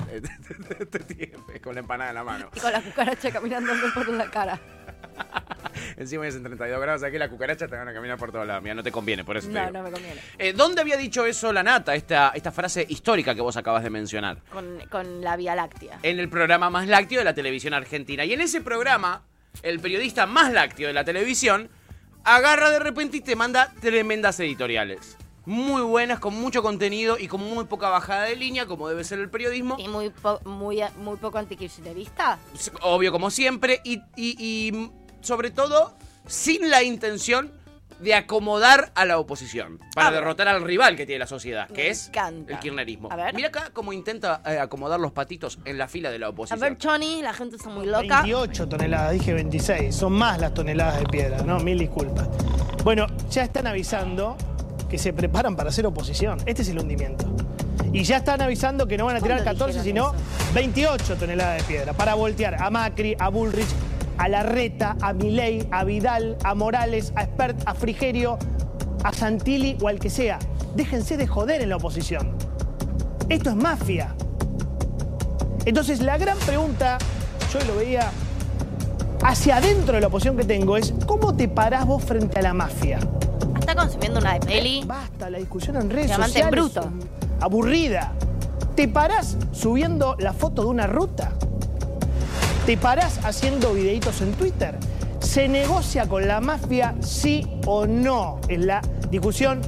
Con la empanada en la mano. Y con la cucaracha caminando por la cara. Encima es en treinta y dos grados, aquí la cucaracha te van a caminar por todos lados. Mira, no te conviene, por eso te No, digo. no me conviene. Eh, ¿Dónde había dicho eso la nata, esta, esta frase histórica que vos acabas de mencionar? Con, con la Vía Láctea. En el programa más lácteo de la televisión argentina. Y en ese programa, el periodista más lácteo de la televisión agarra de repente y te manda tremendas editoriales. Muy buenas, con mucho contenido y con muy poca bajada de línea, como debe ser el periodismo. Y muy, po- muy, muy poco antikirchnerista. Obvio, como siempre. Y, y- y sobre todo, sin la intención de acomodar a la oposición. Para A ver. derrotar al rival que tiene la sociedad, que Me es encanta. el kirchnerismo. A ver. Mira acá cómo intenta eh, acomodar los patitos en la fila de la A oposición. ver, Johnny, la gente está muy loca. veintiocho toneladas, dije veintiséis. Son más las toneladas de piedra, ¿no? Mil disculpas. Bueno, ya están avisando que se preparan para hacer oposición. Este es el hundimiento. Y ya están avisando que no van a tirar ¿Cuándo catorce, dijeron sino veintiocho toneladas de piedra para voltear a Macri, a Bullrich, a Larreta, a Milei, a Vidal, a Morales, a Espert, a Frigerio, a Santilli o al que sea. Déjense de joder en la oposición. Esto es mafia. Entonces la gran pregunta, yo lo veía hacia adentro de la oposición que tengo, es ¿cómo te parás vos frente a la mafia? Está consumiendo una de peli. Basta, la discusión en redes Diamante sociales. bruto. Aburrida. ¿Te parás subiendo la foto de una ruta? ¿Te parás haciendo videitos en Twitter? ¿Se negocia con la mafia, sí o no? Es la discusión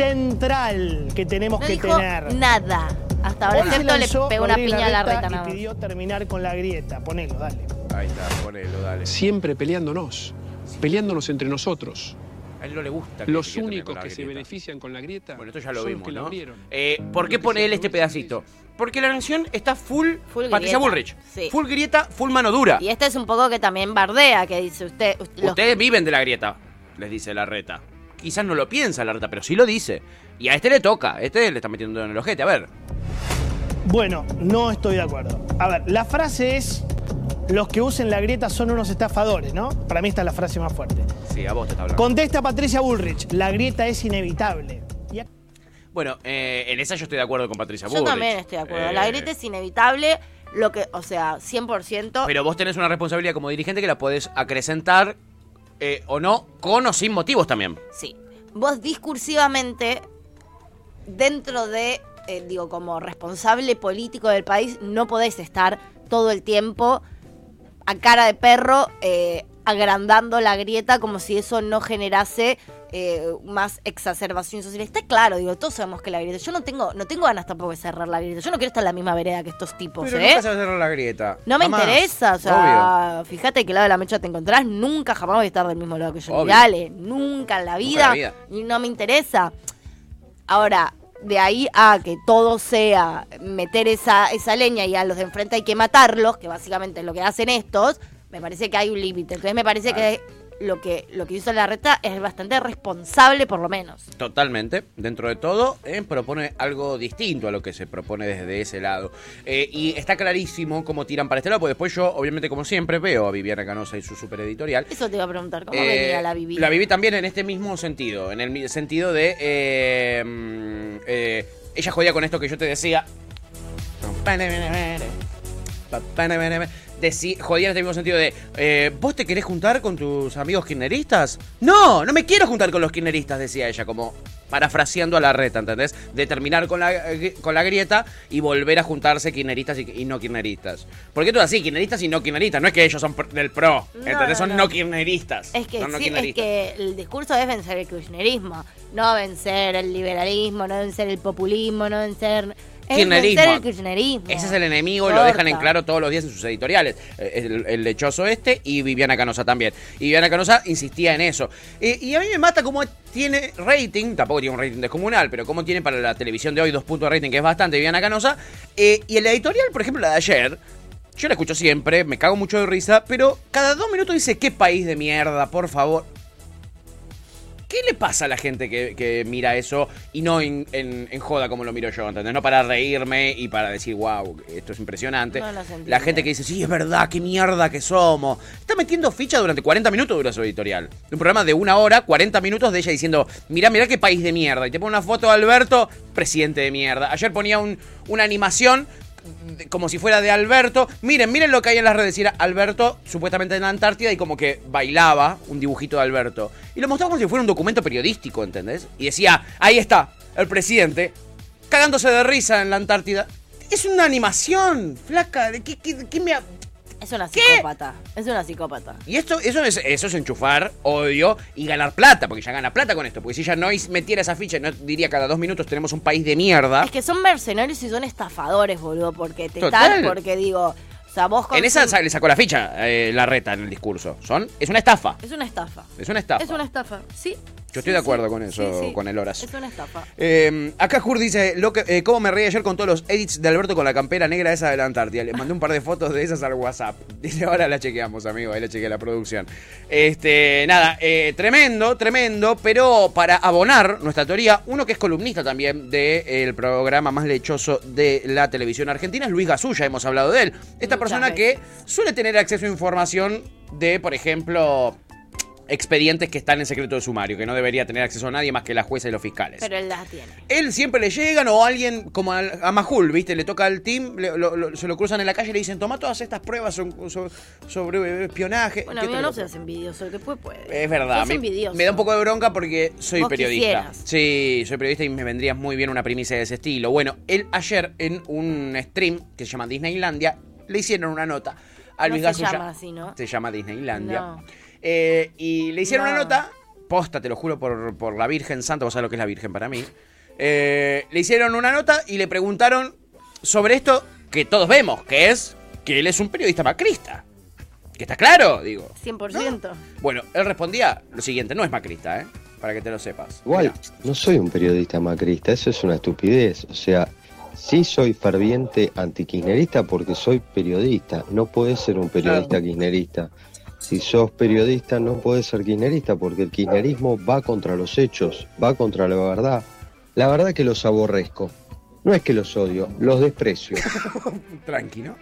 central que tenemos No que dijo tener. nada. Hasta ahora, Hoy se excepto le lanzó pegó una Rodríguez piña a la Larreta reta y nada más. pidió terminar con la grieta. Ponelo, dale. Ahí está, ponelo, dale. Siempre peleándonos, peleándonos entre nosotros. A él no le gusta. que Los se quede únicos con la que se grieta. benefician con la grieta Bueno, esto ya lo son los vimos, que la ¿no? abrieron. Eh, ¿Por qué pone él este pedacito? Porque la nación está full, Full Patricia grieta. Bullrich. Sí. Full grieta, full mano dura. Y este es un poco que también bardea, que dice usted... usted- los- Ustedes viven de la grieta, les dice la reta. Quizás no lo piensa la reta, pero sí lo dice. Y a este le toca, a este le está metiendo en el ojete. A ver. Bueno, no estoy de acuerdo. A ver, la frase es: los que usen la grieta son unos estafadores, ¿no? Para mí esta es la frase más fuerte. Sí, a vos te está hablando. Contesta Patricia Bullrich: la grieta es inevitable. Y ac- Bueno, eh, en esa yo estoy de acuerdo con Patricia Yo Bullrich. también estoy de acuerdo. Eh, La grieta es inevitable, lo que, o sea, cien por ciento. Pero vos tenés una responsabilidad como dirigente que la podés acrecentar eh, o no, con o sin motivos también. Sí. Vos discursivamente, dentro de, eh, digo, como responsable político del país, no podés estar todo el tiempo a cara de perro, eh, agrandando la grieta como si eso no generase eh, más exacerbación social. Está claro, digo, todos sabemos que la grieta. Yo no tengo no tengo ganas tampoco de cerrar la grieta. Yo no quiero estar en la misma vereda que estos tipos, Pero ¿eh? nunca se va a cerrar la grieta. No me Jamás. interesa, o sea, obvio. Fíjate qué lado de la mecha te encontrás, nunca jamás voy a estar del mismo lado que yo. Dale, nunca en la vida, en la vida. Y no me interesa. Ahora, de ahí a que todo sea meter esa, esa leña y a los de enfrente hay que matarlos, que básicamente es lo que hacen estos, me parece que hay un límite. Entonces me parece Claro. que lo que lo que hizo Larreta es bastante responsable, por lo menos. Totalmente, dentro de todo, eh, propone algo distinto a lo que se propone desde ese lado. Eh, y está clarísimo cómo tiran para este lado, porque después yo, obviamente, como siempre, veo a Viviana Canosa y su super editorial. Eso te iba a preguntar, ¿cómo Eh, venía la Vivi? La viví también en este mismo sentido, en el mi- sentido de... eh, mm, eh, ella jodía con esto que yo te decía. Decí, jodía en este mismo sentido de, eh, ¿vos te querés juntar con tus amigos kirchneristas? No, no me quiero juntar con los kirchneristas, decía ella, como parafraseando a Larreta, ¿entendés? De terminar con la, con la grieta y volver a juntarse kirchneristas y, y no kirchneristas. Porque todo así, kirchneristas y no kirchneristas, no es que ellos son pr- del pro, ¿entendés? no, son no. no kirchneristas. Es que, son no sí, es kirchneristas. que el discurso es vencer el kirchnerismo, no vencer el liberalismo, no vencer el populismo, no vencer... Es Kirchnerismo. vencer el kirchnerismo. Ese es el enemigo y lo Corta. dejan en claro todos los días en sus editoriales. Eh, El, el lechoso este y Viviana Canosa también. Y Viviana Canosa insistía en eso. Eh, y a mí me mata cómo tiene rating, tampoco tiene un rating descomunal, pero cómo tiene para la televisión de hoy dos puntos de rating, que es bastante, Viviana Canosa. Eh, y el editorial, por ejemplo, la de ayer, yo la escucho siempre, me cago mucho de risa, pero cada dos minutos dice, qué país de mierda, por favor. ¿Qué le pasa a la gente que, que mira eso y no en, en, en joda como lo miro yo, ¿entendés? No para reírme y para decir, wow, esto es impresionante. No, no se entiende. La gente que dice, sí, es verdad, qué mierda que somos. Está metiendo ficha durante cuarenta minutos dura su editorial. Un programa de una hora, cuarenta minutos de ella diciendo, mirá, mirá qué país de mierda. Y te pone una foto de Alberto, presidente de mierda. Ayer ponía un, una animación como si fuera de Alberto. Miren, miren lo que hay en las redes. Y era Alberto supuestamente en la Antártida y como que bailaba un dibujito de Alberto. Y lo mostraba como si fuera un documento periodístico, ¿entendés? Y decía, ahí está, el presidente cagándose de risa en la Antártida. Es una animación, flaca. ¿De qué, qué, qué me... Es una psicópata. Es una psicópata. Y esto, eso es, eso es enchufar odio y ganar plata, porque ya gana plata con esto. Porque si ella no metiera esa ficha, no diría cada dos minutos tenemos un país de mierda. Es que son mercenarios y son estafadores, boludo, porque te Total. están, porque digo, o sea, vos En esa consum- sa- le sacó la ficha eh, Larreta en el discurso. Son, es una estafa. Es una estafa. Es una estafa. Es una estafa, sí. Yo estoy Sí, de acuerdo sí. con eso, Sí, sí. con el Horas. Es una estafa. Eh, acá Jur dice, lo que, eh, ¿cómo me reí ayer con todos los edits de Alberto con la campera negra esa de la Antártida? Le mandé un par de fotos de esas al WhatsApp. Dice, ahora la chequeamos, amigo, ahí la chequeé la producción. Este, nada, eh, tremendo, tremendo, pero para abonar nuestra teoría, uno que es columnista también del programa más lechoso de la televisión argentina es Luis Gasulla, hemos hablado de él. Esta Muchas persona veces. que suele tener acceso a información de, por ejemplo, expedientes que están en secreto de sumario, que no debería tener acceso a nadie más que la jueza y los fiscales. Pero él las tiene. Él siempre le llegan o alguien como a, a Majul, ¿viste? Le toca al team, le- lo- lo- se lo cruzan en la calle y le dicen, toma todas estas pruebas so- so- sobre espionaje. Bueno, ¿Qué amigo, te no lo- seas envidioso, el que puede, puede. Es verdad, Sos me, envidioso. me da un poco de bronca porque soy Vos periodista. quisieras. Sí, soy periodista y me vendría muy bien una primicia de ese estilo. Bueno, él ayer en un stream que se llama Disneylandia, le hicieron una nota a No Luis se Gasulla. llama así, ¿no? Se llama Disneylandia. No. Eh, y le hicieron No. una nota, posta, te lo juro por, por la Virgen Santa, vos sabés lo que es la Virgen para mí. Eh, le hicieron una nota y le preguntaron sobre esto que todos vemos, que es que él es un periodista macrista. Que está claro, digo. cien por ciento. Bueno, él respondía lo siguiente, no es macrista, ¿eh? Para que te lo sepas. Igual, no soy un periodista macrista, eso es una estupidez. O sea, sí soy ferviente antikirchnerista porque soy periodista. No podés ser un periodista kirchnerista. Si sos periodista no podés ser kirchnerista porque el kirchnerismo va contra los hechos, va contra la verdad. La verdad que los aborrezco. No es que los odio, los desprecio. Tranqui, ¿no?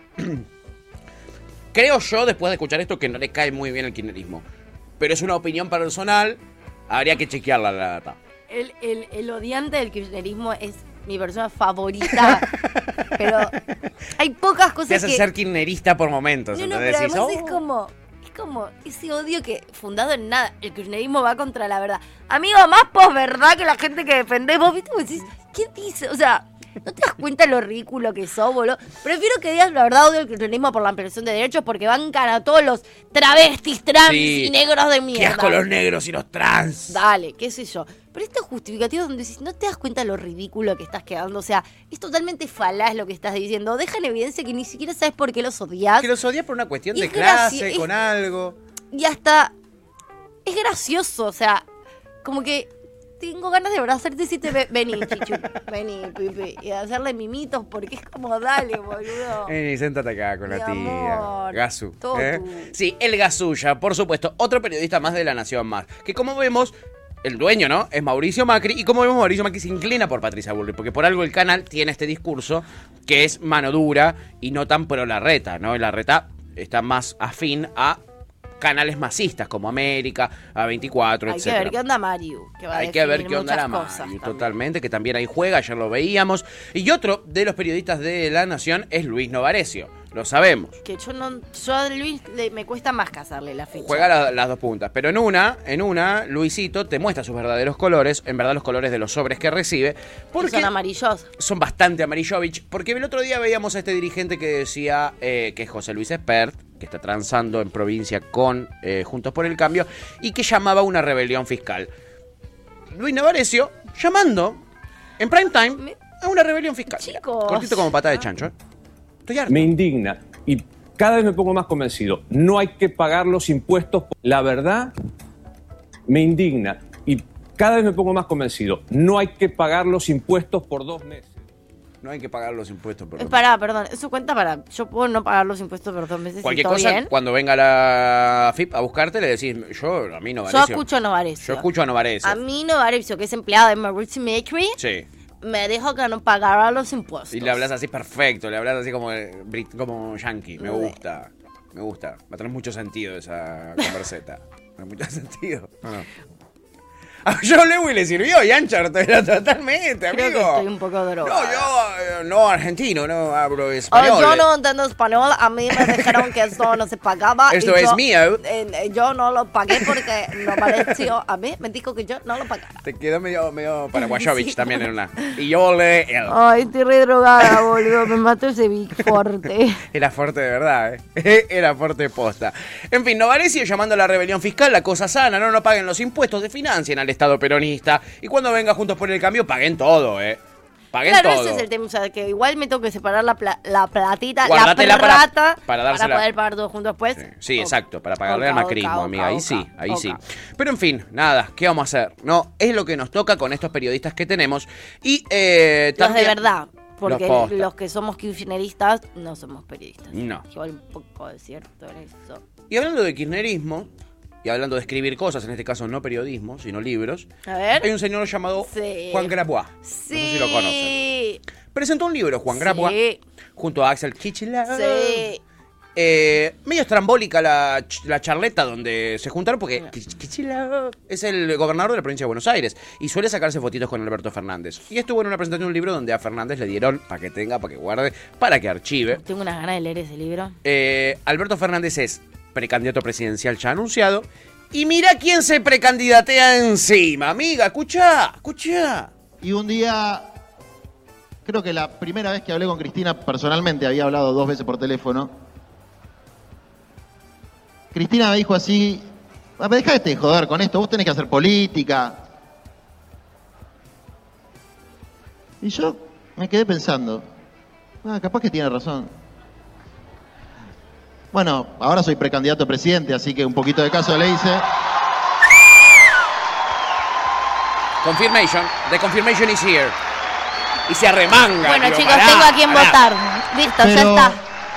Creo yo, después de escuchar esto, que no le cae muy bien el kirchnerismo. Pero es una opinión personal, habría que chequearla la data. El, el, el odiante del kirchnerismo es mi persona favorita. Pero hay pocas cosas Te hace que... ser kirchnerista por momentos, No, no, ¿entendés? pero Decís, además "Oh". es como... Es como ese odio que, fundado en nada, el kirchnerismo va contra la verdad. Amigo, más posverdad que la gente que defendés. Vos, ¿viste? Vos decís, ¿qué dice? O sea, ¿No te das cuenta lo ridículo que sos, boludo? Prefiero que digas la verdad, odio el kirchnerismo por la ampliación de derechos porque bancan a todos los travestis, trans Sí. y negros de mierda. Qué asco los negros y los trans. Dale, qué sé yo. Pero estos justificativos donde decís, no te das cuenta lo ridículo que estás quedando. O sea, es totalmente falaz lo que estás diciendo. Deja en evidencia que ni siquiera sabes por qué los odias. Que los odias por una cuestión Y de es clase, graci- es- con algo. Y hasta es gracioso, o sea, como que tengo ganas de abrazarte y decirte, "Ve- vení, Chichu, vení, Pipi", y hacerle mimitos porque es como, dale, boludo. Eh, sentate acá con Mi la tía. amor, Gasu. todo ¿eh? tú. Sí, el Gasulla, por supuesto. Otro periodista más de La Nación Más. Que como vemos, el dueño, ¿no? Es Mauricio Macri. Y como vemos, Mauricio Macri se inclina por Patricia Bullrich. Porque por algo el canal tiene este discurso que es mano dura y no tan pro Larreta, ¿no? Larreta está más afín a canales masistas como América, A veinticuatro, Hay que etcétera. ver qué onda Mario. Que va a Hay que ver definir qué onda muchas la cosas Mayu, también. totalmente, que también ahí juega, ayer lo veíamos. Y otro de los periodistas de La Nación es Luis Novarecio, lo sabemos. Que yo no, yo a Luis le- me cuesta más casarle la ficha. Juega la- las dos puntas, pero en una, en una, Luisito te muestra sus verdaderos colores, en verdad los colores de los sobres que recibe, porque son amarillos. son bastante amarillovich, porque el otro día veíamos a este dirigente que decía eh, que es José Luis Espert, que está transando en provincia con eh, Juntos por el Cambio, y que llamaba a una rebelión fiscal. Luis Novarecio llamando en prime time a una rebelión fiscal. Mira, cortito como patada de chancho. ¿eh? Estoy harto. Me indigna y cada vez me pongo más convencido. No hay que pagar los impuestos. La verdad, me indigna y cada vez me pongo más convencido. No hay que pagar los impuestos por dos meses. No hay que pagar los impuestos por Eh, dos Pará, perdón, eso cuenta para. Yo puedo no pagar los impuestos por dos meses. Cualquier y todo cosa, bien. cuando venga la F I P a buscarte, le decís, yo, a mí Yo Novarecio. escucho a Novarecio. Yo escucho a Novarecio. A mí Novarecio, que es empleado de Mauricio Macri, Sí. me dijo que no pagara los impuestos. Y le hablas así perfecto, le hablas así como, eh, brit- como yankee. Me Sí. gusta, me gusta. Va a tener mucho sentido esa converseta. Tiene mucho sentido. ¿o no? A John Lewis le sirvió y Anchart era totalmente, Creo amigo. que estoy un poco drogada. No, yo eh, no argentino, no hablo Oh, español. yo no entiendo español, a mí me dijeron que esto no se pagaba. y Esto es yo, mío. eh, eh, yo no lo pagué porque Novarecio a mí me dijo que yo no lo pagara. Te quedó medio, medio paraguayovich también en una. Y yo le... él. Ay, estoy re drogada, boludo, me mató ese Big Forte. Era fuerte de verdad, ¿eh? Era fuerte posta. En fin, Novarecio llamando a la rebelión fiscal, la cosa sana, no, no paguen los impuestos, desfinancien al Estado peronista. Y cuando venga Juntos por el Cambio, paguen todo, ¿eh? Paguen Claro, todo. ese es el tema, o sea, que igual me tengo que separar la, pla- la platita, Guardátela la para- plata, para dársela. poder pagar todo junto después. Sí, exacto, para pagarle Oca, al macrismo, oca, amiga. oca, Ahí oca, sí, ahí oca. sí. Pero en fin, nada, ¿qué vamos a hacer? No, es lo que nos toca con estos periodistas que tenemos. Y eh, Los también... de verdad, porque Los los, posta. que somos kirchneristas no somos periodistas. No. Igual un poco de cierto en eso. Y hablando de kirchnerismo, y hablando de escribir cosas, en este caso no periodismo, sino libros, A ver. hay un señor llamado Sí. Juan Grabois. Sí. No sé si lo conocen. Presentó un libro, Juan Grabois, Sí. junto a Axel Kicillof. Sí. Eh, medio estrambólica la, ch- la charleta donde se juntaron porque Kicillof es el gobernador de la provincia de Buenos Aires y suele sacarse fotitos con Alberto Fernández. Y estuvo en una presentación de un libro donde a Fernández le dieron para que tenga, para que guarde, para que archive. Tengo unas ganas de leer ese libro. Eh, Alberto Fernández es precandidato presidencial ya anunciado. Y mira quién se precandidatea encima, amiga. Escucha, escucha. Y un día, creo que la primera vez que hablé con Cristina personalmente, había hablado dos veces por teléfono. Cristina me dijo así, "Ah, dejate de joder con esto, vos tenés que hacer política". Y yo me quedé pensando, ah, capaz que tiene razón. Bueno, ahora soy precandidato a presidente, así que un poquito de caso le hice. Confirmation. The confirmation is here. Y se arremanga. Bueno, tío, chicos, pará, tengo a quien pará. votar. Listo, ya Pero- está.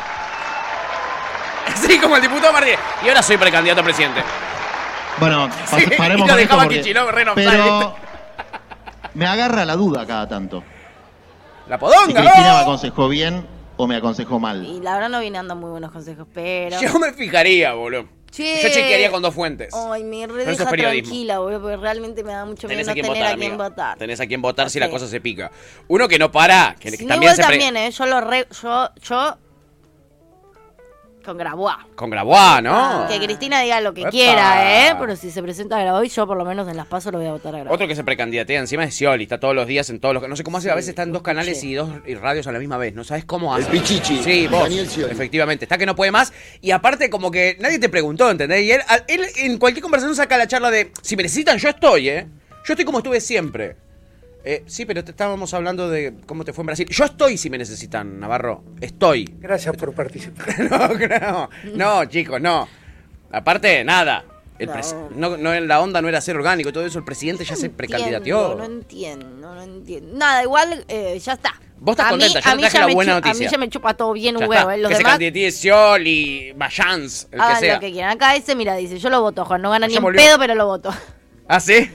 Sí, como el diputado Martínez. Y ahora soy precandidato a presidente. Bueno, pas- Sí, paremos y lo con esto dejaba porque- Kicillof re pero offside. me agarra la duda cada tanto. La Si podonga, Cristina me ¿no? aconsejó bien o me aconsejó mal. Y la verdad no viene dando muy buenos consejos, pero... Yo me fijaría, boludo. Che. Yo chequearía con dos fuentes. Ay, me re Pero eso deja es periodismo. tranquila, boludo, porque realmente me da mucho miedo Tenés no a quién tener votar, a quién amiga. votar. Tenés a quién votar si Ok. la cosa se pica. Uno que no para, que, que Si no, también igual se pre- también, ¿eh? Yo lo re... Yo... Yo... Con Grabois. Con Grabois, ¿no? Que Cristina diga lo que Epa. quiera, ¿eh? Pero si se presenta a Grabois, yo por lo menos en las PASO lo voy a votar a Grabois. Otro que se precandidatea encima es Scioli, está todos los días en todos los... No sé cómo hace, a veces está en dos canales y dos radios a la misma vez, no sabes cómo hace. El Pichichi, Sí, vos, Daniel Scioli. efectivamente, está que no puede más. Y aparte como que nadie te preguntó, ¿entendés? Y él, él en cualquier conversación saca la charla de, si me necesitan, yo estoy, ¿eh? Yo estoy como estuve siempre. Eh, sí, pero te estábamos hablando de cómo te fue en Brasil. Yo estoy si me necesitan, Navarro. Estoy. Gracias por participar. No, no, no, chicos, no. Aparte, nada. El pres- no, no, la onda no era ser orgánico, todo eso. El presidente ya se precandidateó. No entiendo, no entiendo. Nada, igual, eh, ya está. Vos estás A contenta, mí- ya a te mí traje ya la me buena chu- noticia. A mí ya me chupa todo bien un Ya huevo. está. ¿eh? Los que demás se candidatee Scioli, Mayans, el que hagan sea. lo que quieran. Acá ese, mira, dice, yo lo voto, Juan. No gana ni Ya un volvió. pedo, pero lo voto. ¿Ah, sí?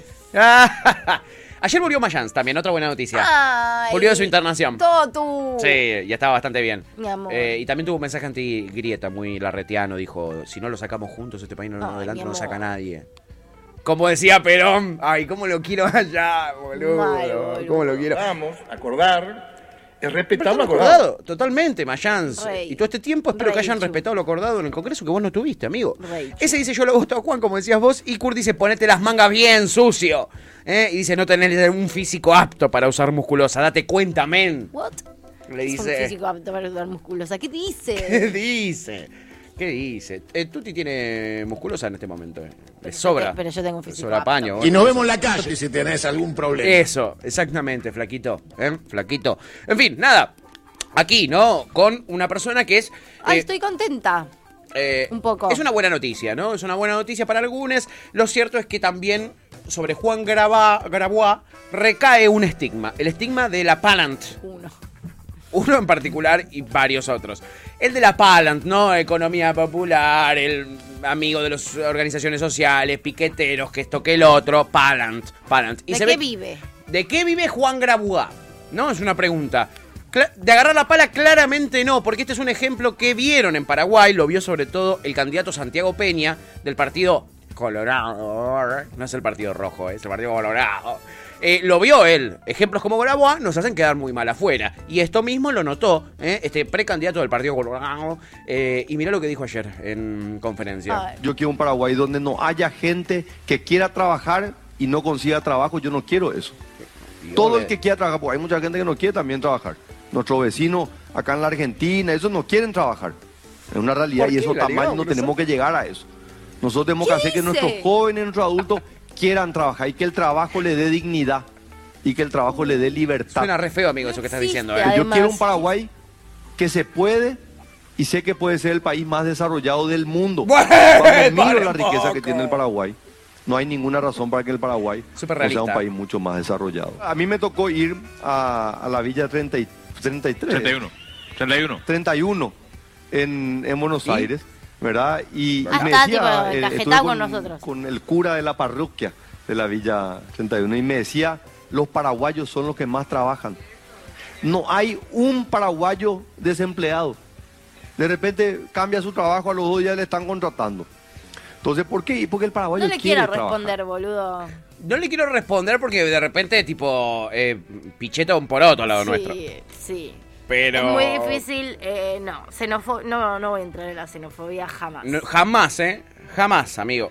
Ayer volvió Mayans también, otra buena noticia. Ay, Volvió de su internación. Todo tú. Sí, ya estaba bastante bien. Mi amor. Eh, y también tuvo un mensaje anti-grieta, muy larretiano. Dijo, si no lo sacamos juntos, este país no, no, Ay, adelante mi no amor. saca nadie. Como decía Perón, ay, cómo lo quiero allá, boludo. Mal, boludo. Cómo lo quiero. Vamos, acordar, es Pero respetar lo estamos acordado. acordado, totalmente, Mayans. Rey. Y todo este tiempo espero que Rey, hayan Chu. respetado lo acordado en el Congreso que vos no tuviste, amigo. Rey, Chu. Ese dice yo lo voto a Juan, como decías vos, y Kurt dice ponete las mangas bien, sucio. ¿Eh? Y dice no tenés un físico apto para usar musculosa, date cuenta, men. What? Le Es un dice... físico apto para usar musculosa. ¿Qué ¿Qué dice? dice? ¿Qué dice? Eh, Tuti tiene musculosa en este momento. eh. Le sobra. Pero yo tengo un físico Sobra apto. paño. Y nos vemos en la calle si tenés algún problema. Eso, exactamente, flaquito. ¿eh? Flaquito. En fin, nada. Aquí, ¿no? Con una persona que es... Ay, eh, estoy contenta. eh, Un poco. Es una buena noticia, ¿no? Es una buena noticia para algunos. Lo cierto es que también sobre Juan Graba- Grabois recae un estigma. El estigma de la Palant. Uno. Uno en particular y varios otros. El de la Palant, ¿no? Economía popular, el amigo de las organizaciones sociales, piqueteros, que esto que el otro. Palant, Palant. Y ¿De se qué ve- vive? ¿De qué vive Juan Grabois? ¿No? Es una pregunta. Cla- De agarrar la pala, claramente no, porque este es un ejemplo que vieron en Paraguay, lo vio sobre todo el candidato Santiago Peña del partido Colorado. No es el partido rojo, es el partido Colorado. Eh, lo vio él. Ejemplos como Grabois nos hacen quedar muy mal afuera. Y esto mismo lo notó ¿eh? este precandidato del partido Colorado. Eh, y mirá lo que dijo ayer en conferencia. Ay. Yo quiero un Paraguay donde no haya gente que quiera trabajar y no consiga trabajo. Yo no quiero eso. Todo el que quiera trabajar, porque hay mucha gente que no quiere también trabajar. Nuestros vecinos acá en la Argentina, esos no quieren trabajar. Es una realidad ¿Por y qué? eso La tamaño ligamos, no ¿no tenemos que llegar a eso. Nosotros tenemos que ¿Qué hacer que dice? nuestros jóvenes, nuestros adultos quieran trabajar y que el trabajo le dé dignidad y que el trabajo le dé libertad. Suena re feo, amigo, eso que estás existe, diciendo. ¿eh? además. Yo quiero un Paraguay que se puede y sé que puede ser el país más desarrollado del mundo. Bueno, Cuando miro para la un riqueza poco. que tiene el Paraguay, no hay ninguna razón para que el Paraguay Súper no sea realista. un país mucho más desarrollado. A mí me tocó ir a, a la Villa treinta y, treinta y tres. treinta y uno. treinta y uno. treinta y uno en, en Buenos ¿Y? Aires, ¿verdad? Y, Ah, y me está, decía, tipo, eh, encajetado estuve con con, nosotros. con el cura de la parroquia de la Villa treinta y uno y me decía, los paraguayos son los que más trabajan. No hay un paraguayo desempleado. De repente cambia su trabajo, a los dos días le están contratando. Entonces, ¿por qué? Porque el paraguayo No le quiere quiero trabajar. responder, boludo. No le quiero responder porque de repente, tipo, eh, picheta un poroto al lado Sí, nuestro. sí. Pero... Es muy difícil, eh, no, xenofo- no, no voy a entrar en la xenofobia jamás. No, jamás, ¿eh? Jamás, amigo.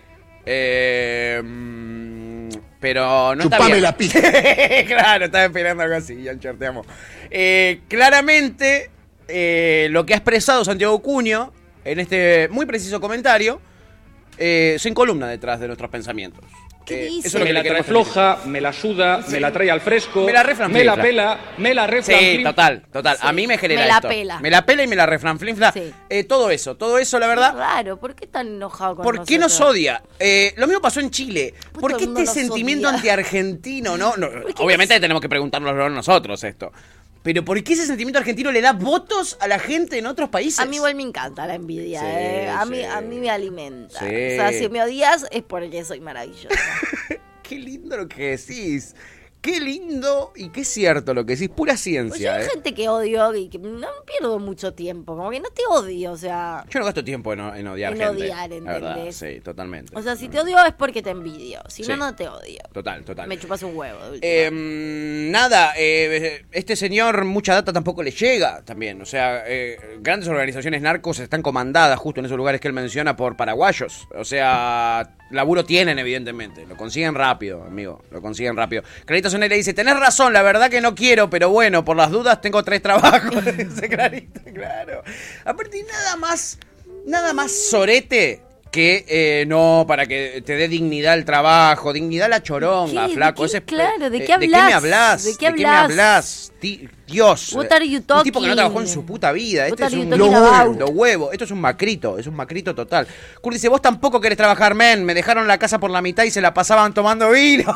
Eh, mm, pero no está Chupame bien. la pija. Claro, estaba esperando algo así, Yancher, te amo. Eh, claramente, eh, lo que ha expresado Santiago Cuño en este muy preciso comentario eh, se encolumna detrás de nuestros pensamientos. ¿Qué Eh, dice? eso es lo Me que la le trae queremos floja, me la ayuda, me la trae al fresco, Me la refranflinfla. me la pela, me la Sí, refranflinfla. total, total. A Sí, mí me genera me la esto. pela. Me la pela y me la refranflinfla. Sí. Eh, todo eso, todo eso, la verdad. Es raro, ¿por qué tan enojado con ¿Por nosotros? qué nos odia? Eh, lo mismo pasó en Chile. Pues ¿Por todo qué el mundo este nos sentimiento odia. antiargentino? No, no, ¿Por qué obviamente tenemos que preguntarnos nosotros esto. Pero ¿por qué ese sentimiento argentino le da votos a la gente en otros países? A mí igual me encanta la envidia, Sí, eh. A, mí, sí. a mí me alimenta. Sí. O sea, si me odias es porque soy maravillosa. Qué lindo lo que decís. Qué lindo y qué cierto lo que decís, pura Pues yo ciencia, hay ¿eh? gente que odio y que no pierdo mucho tiempo. Como que no te odio, o sea. Yo no gasto tiempo en, en odiar En gente. odiar, la verdad, ¿entendés? sí, totalmente. O sea, si te odio es porque te envidio. Si Sí. no, no te odio. Total, total. Me chupas un huevo. de última. Eh, nada, eh, este señor mucha data tampoco le llega también. O sea, eh, grandes organizaciones narcos están comandadas justo en esos lugares que él menciona por paraguayos. O sea, laburo tienen evidentemente. Lo consiguen rápido, amigo. Lo consiguen rápido. Clarita Soner le dice, tenés razón, la verdad que no quiero, pero bueno, por las dudas tengo tres trabajos. Dice Clarita, claro. Aparte, nada más, nada más sorete que eh, no, para que te dé dignidad el trabajo, dignidad la choronga, ¿Qué? flaco. ¿De qué? Ese, Claro, ¿de eh, qué ¿De qué me hablas? hablas? ¿De qué me hablas? hablas? Di- Dios. What are you Un tipo que no talking? trabajó en su puta vida. What Este es are you un talking lo about? huevo, lo huevo. Esto es un macrito, es un macrito total. Kurt dice, vos tampoco querés trabajar, men. Me dejaron la casa por la mitad y se la pasaban tomando vino.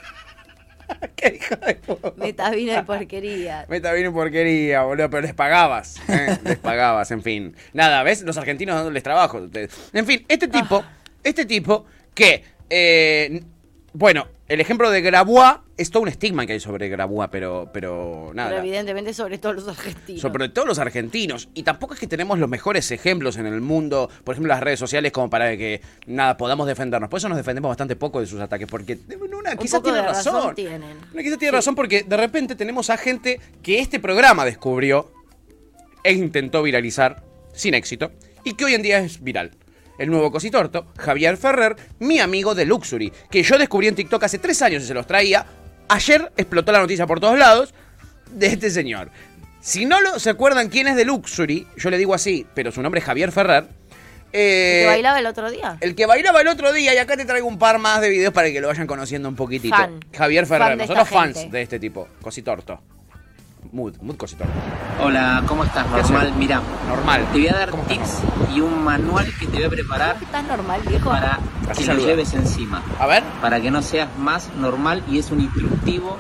Qué hijo de puta. Metavino de porquería. Meta vino porquería, boludo, pero les pagabas. ¿eh? Les pagabas, en fin. Nada, ¿ves? Los argentinos dándoles trabajo. Ustedes. En fin, este tipo, este tipo que, eh, bueno, el ejemplo de Grabois es todo un estigma que hay sobre Grabois, pero, pero nada. Pero evidentemente sobre todo los argentinos. Sobre todo los argentinos. Y tampoco es que tenemos los mejores ejemplos en el mundo, por ejemplo, las redes sociales, como para que, nada, podamos defendernos. Por eso nos defendemos bastante poco de sus ataques, porque una, Un quizás poco tiene de razón. razón. tienen. Una quizás tiene razón porque de repente tenemos a gente que este programa descubrió e intentó viralizar sin éxito y que hoy en día es viral. El nuevo cositorto, Javier Ferrer, mi amigo de Luxury, que yo descubrí en TikTok hace tres años y se los traía. Ayer explotó la noticia por todos lados de este señor. Si no lo, se acuerdan quién es de Luxury, yo le digo así, pero su nombre es Javier Ferrer. Eh, ¿Que bailaba el otro día? El que bailaba el otro día, y acá te traigo un par más de videos para que lo vayan conociendo un poquitito. Fan. Javier Ferrer, Fan de nosotros esta fans gente. de este tipo, cositorto. Mood, mood cositorto. Hola, ¿cómo estás? ¿Qué Normal, haces? mira. Normal. Te voy a dar tips y un manual que te voy a preparar ¿Estás normal, viejo? para Así que lo saluda. lleves encima. A ver. Para que no seas más normal y es un instructivo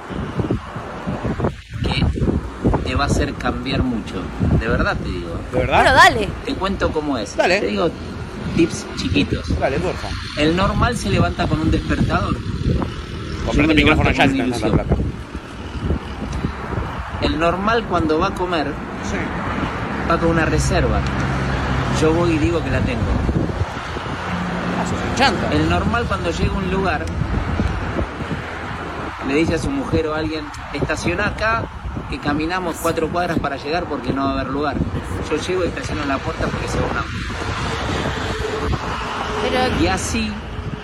que te va a hacer cambiar mucho. De verdad te digo. ¿De verdad? Bueno, dale. Te cuento cómo es. Dale. Te digo tips chiquitos. Dale, porfa. El normal se levanta con un despertador. Comprate me el micrófono levanto ya, con una está en ilusión. la plata. El normal cuando va a comer Sí. va con una reserva. Yo voy y digo que la tengo. Ah, sos un chanta. El normal cuando llega a un lugar le dice a su mujer o a alguien, estaciona acá, que caminamos cuatro cuadras para llegar porque no va a haber lugar. Yo llego y estaciono en la puerta porque se va un auto. Pero Y así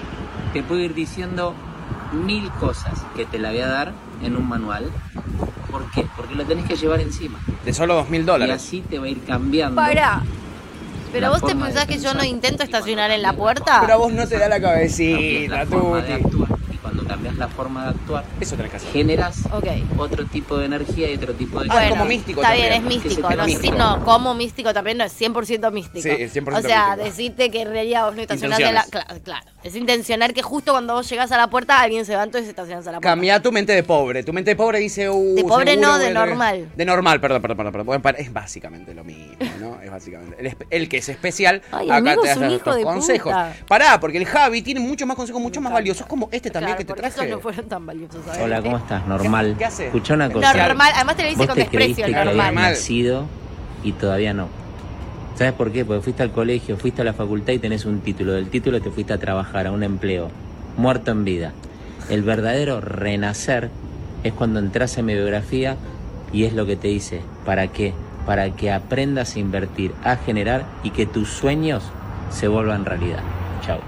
te puedo ir diciendo mil cosas que te la voy a dar en un manual. ¿Por qué? Porque lo tenés que llevar encima. De solo dos mil Y dólares. así te va a ir cambiando. Pará. Pero La vos te forma de pensás que yo no pensar. intento estacionar en la puerta. Pero a vos no te da la Cambias cabecita, la forma de Tuti. actuar. Y cuando cambias la forma de actuar, Eso tenés que hacer. generas Ok. otro tipo de energía y otro tipo de Ah, Bueno, como místico está también. bien, es Que se místico. te No, va sí, místico. no, como místico también no es cien por ciento místico. Sí, es cien por ciento O sea, místico. decirte que en realidad vos no estacionás en la... Claro, claro. Es intencionar que justo cuando vos llegás a la puerta alguien se va, entonces estacionás a la puerta. Cambia tu mente de pobre. Tu mente de pobre dice, uh, De pobre seguro no, de que- normal. De normal, perdón, perdón, perdón. perdón. Bueno, para- es básicamente lo mismo, ¿no? Es básicamente. El, espe- el que es especial, Ay, acá amigo, te es das un estos hijo de consejos. puta. Pará, porque el Javi tiene muchos más consejos, mucho más valiosos, como este también Claro, que te porque traje. esos no fueron tan valiosos, ¿sabes? Hola, ¿cómo estás? Normal. ¿Qué hace? Escuchá una cosa. Normal, además te lo dice Vos con te desprecio, creíste el que habías normal. nacido y todavía no. ¿Sabes por qué? Porque fuiste al colegio, fuiste a la facultad y tenés un título. Del título te fuiste a trabajar, a un empleo. Muerto en vida. El verdadero renacer es cuando entras en mi biografía y es lo que te dice. ¿Para qué? Para que aprendas a invertir, a generar y que tus sueños se vuelvan realidad. Chao.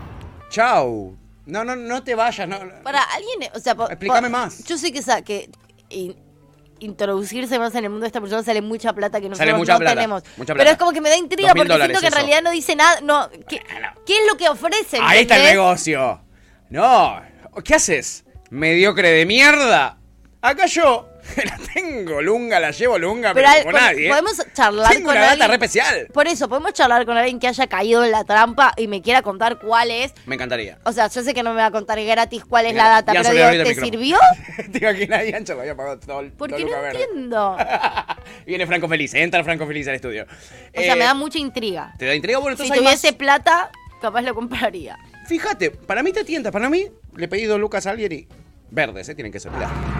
Chau. No, no, no te vayas. No. Para alguien, o sea, po- Explícame po- más. Yo sé que, sa- que in- introducirse más en el mundo de esta persona sale mucha plata que Sale nosotros mucha no plata, tenemos. mucha Pero plata. es como que me da intriga Dos mil porque dólares siento que en eso. realidad no dice nada. No, ¿qué, ¿qué es lo que ofrecen? Ahí está el ¿entendés? negocio. No. ¿Qué haces? Mediocre de mierda. Acá yo la tengo, lunga, la llevo lunga, pero, Pero al- con con- nadie. ¿eh? podemos charlar Tengo con una data alguien- re especial. Por eso, podemos charlar con alguien que haya caído en la trampa y me quiera contar cuál es. Me encantaría. O sea, yo sé que no me va a contar gratis cuál es Mira, la data, ya pero se le digo, abrió el ¿te micrófono. sirvió? Te imaginas, Yancho lo había pagado todo el Porque todo no Luca Verde. entiendo. Viene Franco Feliz, entra Franco Feliz al estudio. O sea, Eh, me da mucha intriga. ¿Te da intriga? Bueno, Si entonces hay tuviese más. plata, capaz lo compraría. Fíjate, para mí te tienta, para mí le pedí dos lucas a alguien y verdes, ¿eh? Tienen que ser. Mirá.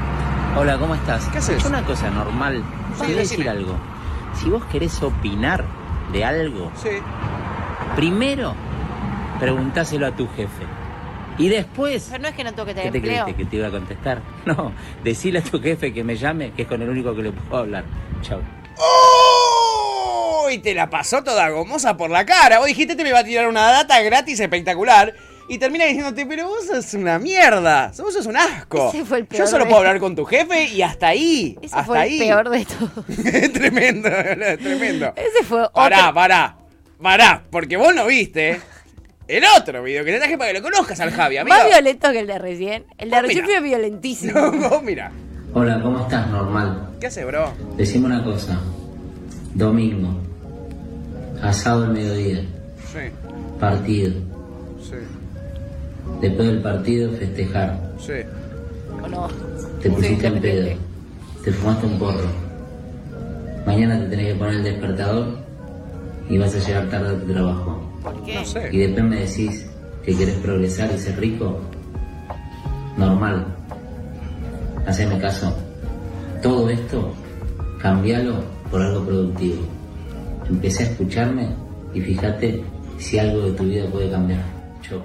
Hola, ¿cómo estás? ¿Qué haces? Es una cosa normal. Sí, Te voy a decir decime. algo. Si vos querés opinar de algo, Sí. primero preguntáselo a tu jefe. Y después, Pero no es que no tengo que ¿qué tener te empleo. creíste? ¿Que te iba a contestar? No, decile a tu jefe que me llame, que es con el único que le puedo hablar. Chao. ¡Oh! Y te la pasó toda gomosa por la cara. Vos dijiste que me iba a tirar una data gratis espectacular. Y termina diciéndote, pero vos sos una mierda. Vos sos un asco. Ese fue el peor Yo solo de- puedo hablar con tu jefe y hasta ahí. Ese hasta fue ahí. el peor de todo. Tremendo, tremendo. Ese fue Pará, otro. pará. Pará, porque vos no viste el otro video que te traje para que lo conozcas al Javi, amigo. Más violento que el de recién. El de Vos recién mirá. fue violentísimo. No, vos mira. Hola, ¿cómo estás? Normal. ¿Qué hace, bro? Decime una cosa. Domingo. Asado al mediodía. Sí, Partido. sí, Después del partido, festejar. sí. ¿O no? Te pusiste Sí, en pedo. independiente. Te fumaste un porro. Mañana te tenés que poner el despertador y vas a llegar tarde a tu trabajo. ¿Por qué? No sé. Y después me decís que querés progresar y ser rico. Normal. Haceme caso. Todo esto, cambialo por algo productivo. Empecé a escucharme y fíjate si algo de tu vida puede cambiar. Chau.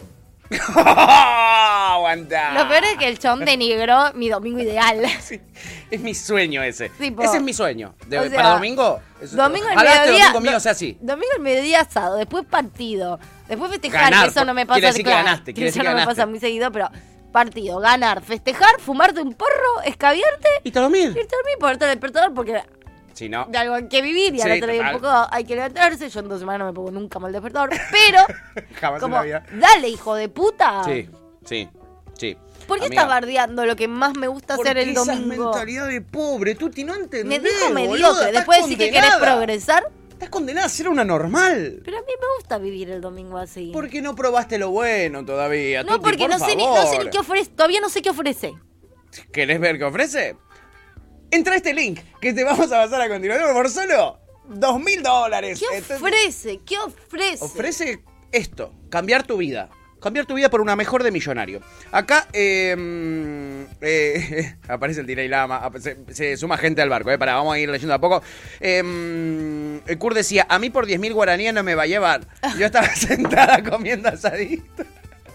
Aguanta. Lo peor es que el chabón denigró mi domingo ideal. Es mi sueño ese. Sí, po. Ese es mi sueño. De- O sea, para domingo. eso- Domingo al ojalá este mediodía. domingo mío do- sea así. Domingo al mediodía asado, después partido, después festejar, Ganar, que eso no me pasa. quiere decir que claro, ganaste, quiere eso decir que no me ganaste. pasa muy seguido, pero partido, ganar, festejar, fumarte un porro, escabiarte. Y te dormir. Y te dormir, ponerte el despertador porque Si no. de algo hay que vivir y al Sí, otro día un total. poco hay que levantarse. Yo en dos semanas no me pongo nunca mal despertador, pero Jamás en como, la vida. dale, hijo de puta. Sí, sí, sí. ¿Por qué Amiga, estás bardeando lo que más me gusta hacer porque el esa domingo? mentalidad de pobre, Tuti, no entendés, Me dijo boluda, mediocre. estás Después decís que querés condenada. progresar. Estás condenada a ser una normal. Pero a mí me gusta vivir el domingo así. ¿Por qué no probaste lo bueno todavía? No, Tuti, porque por no sé, ni, no favor? sé ni qué ofrece. Todavía no sé qué ofrece. ¿Querés ver qué ofrece? Entra a este link que te vamos a pasar a continuación por solo dos mil dólares. ¿Qué Entonces, ofrece? ¿Qué ofrece? ofrece esto, cambiar tu vida. Cambiar tu vida por una mejor de millonario. Acá eh, eh, aparece el Dalai Lama, se, se suma gente al barco. Eh, para, vamos a ir leyendo a poco. Eh, el Kurt decía, a mí por diez mil guaraníes no me va a llevar. Yo estaba sentada comiendo asadito.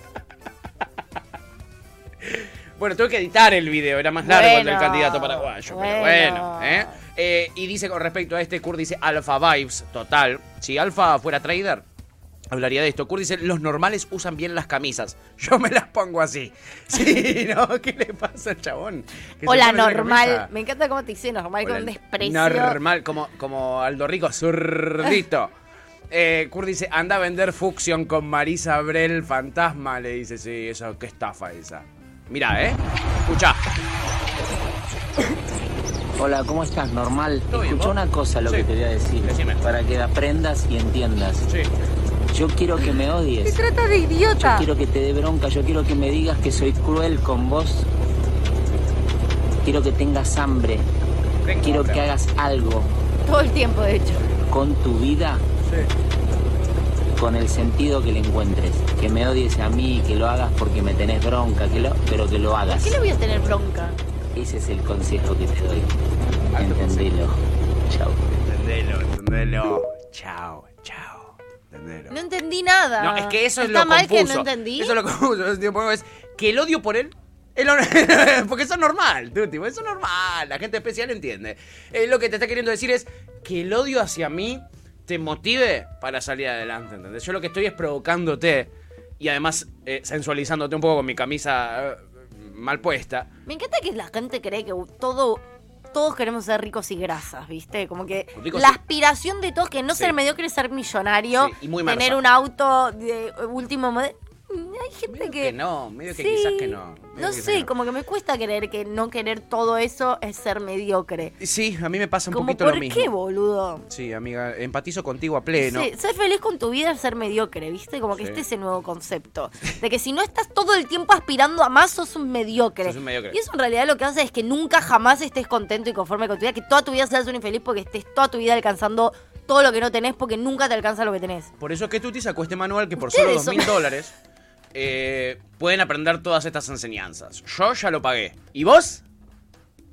Bueno, tuve que editar el video, era más largo el del Bueno, candidato paraguayo. Pero bueno. bueno, ¿eh? Eh, y dice con respecto a este, Kurt dice Alpha Vibes, total. Si Alpha fuera trader, hablaría de esto. Kurt dice, los normales usan bien las camisas. Yo me las pongo así. Sí, ¿no? ¿Qué le pasa al chabón? Que se Hola, pone esa normal. camisa. Me encanta cómo te dice normal Hola, con desprecio. Normal, como, como Aldo Rico, zurdito. Eh, Kurt dice, anda a vender Fuction con Marisa Abrel, fantasma. Le dice, sí, eso, qué estafa esa. Mirá, ¿eh? Escuchá. Hola, ¿cómo estás? Normal. ¿Todo bien, Escucha vos? una cosa lo Sí. que te voy a decir. Decime. Para que aprendas y entiendas. Sí. Yo quiero que me Se odies. trata de idiota. Quiero que te dé bronca. Yo quiero que me digas que soy cruel con vos. Quiero que tengas hambre. Tengo Quiero hambre. que hagas algo Todo el tiempo, de hecho. con tu vida, con el sentido que le encuentres. Que me odies a mí, que lo hagas porque me tenés bronca, que lo, pero que lo ¿Por hagas. qué le voy a tener bronca? Ese es el consejo que te doy. Entendelo. Chao. Entendelo, entendelo. Chao, chao. Entendelo. No entendí nada. No, es que eso es ¿Está lo mal confuso. que no entendí? Eso es lo confuso. Es, tipo, es que el odio por él. es lo- porque eso es normal, Tuti, eso es normal. La gente especial entiende. Eh, lo que te está queriendo decir es que el odio hacia mí te motive para salir adelante, ¿entendés? Yo lo que estoy es provocándote y además eh, sensualizándote un poco con mi camisa eh, mal puesta. Me encanta que la gente cree que todo, todos queremos ser ricos y grasas, ¿viste? Como que Ricos la y- aspiración de todos, que no Sí. ser mediocre es ser millonario, Sí, y muy tener Mersa. un auto de último modelo. Hay gente Medio que... que no, medio que Sí, quizás que no. Medio No que quizás sé, que no. como que me cuesta creer que no querer todo eso es ser mediocre. Sí, a mí me pasa un Como, poquito ¿por lo mismo. qué, boludo? Sí, amiga, empatizo contigo a pleno. Sí, ser feliz con tu vida es ser mediocre, ¿viste? Como que Sí. este es el nuevo concepto. De que si no estás todo el tiempo aspirando a más, sos un mediocre. Sos un mediocre. Y eso en realidad lo que hace es que nunca jamás estés contento y conforme con tu vida, que toda tu vida seas un infeliz porque estés toda tu vida alcanzando todo lo que no tenés porque nunca te alcanza lo que tenés. Por eso es que Tuti sacó este manual que por Ustedes solo dos son- mil dólares eh, pueden aprender todas estas enseñanzas. Yo ya lo pagué. ¿Y vos?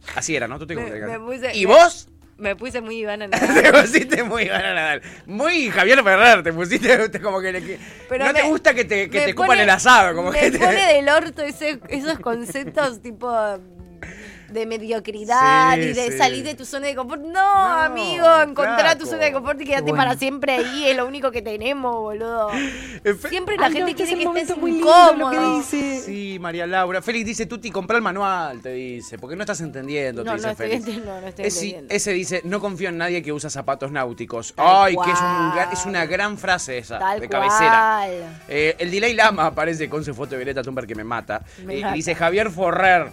Así era, ¿no? Tú te Me- me puse- ¿Y me- vos? Me puse muy Ivana Nadal. Te pusiste muy Ivana Nadal. Muy Javier Ferrer, te pusiste te- como que, le- que- Pero no me- te gusta que te, que me te cupan pone- el asado, como me que te... pone del orto ese, esos conceptos tipo de mediocridad Sí, y de sí. salir de tu zona de confort. No, amigo, encontrá flaco. tu zona de confort y quedate Qué bueno. para siempre ahí, es lo único que tenemos, boludo. Siempre la Ay, gente no, que es quiere un que estés momento muy lindo incómodo. lo que dice. Sí, María Laura. Félix dice, Tuti, comprá el manual, te dice. Porque no estás entendiendo, te No, dice no estoy, Félix. enti- no, no estoy Ese, entendiendo. ese dice, no confío en nadie que usa zapatos náuticos. Tal Ay, que es, un cual. gra- es una gran frase esa, Tal de cabecera. cual. Eh, el Delay Lama aparece con su foto de Violeta Thunberg que me mata. Me Eh, y mata. dice Javier Forrer.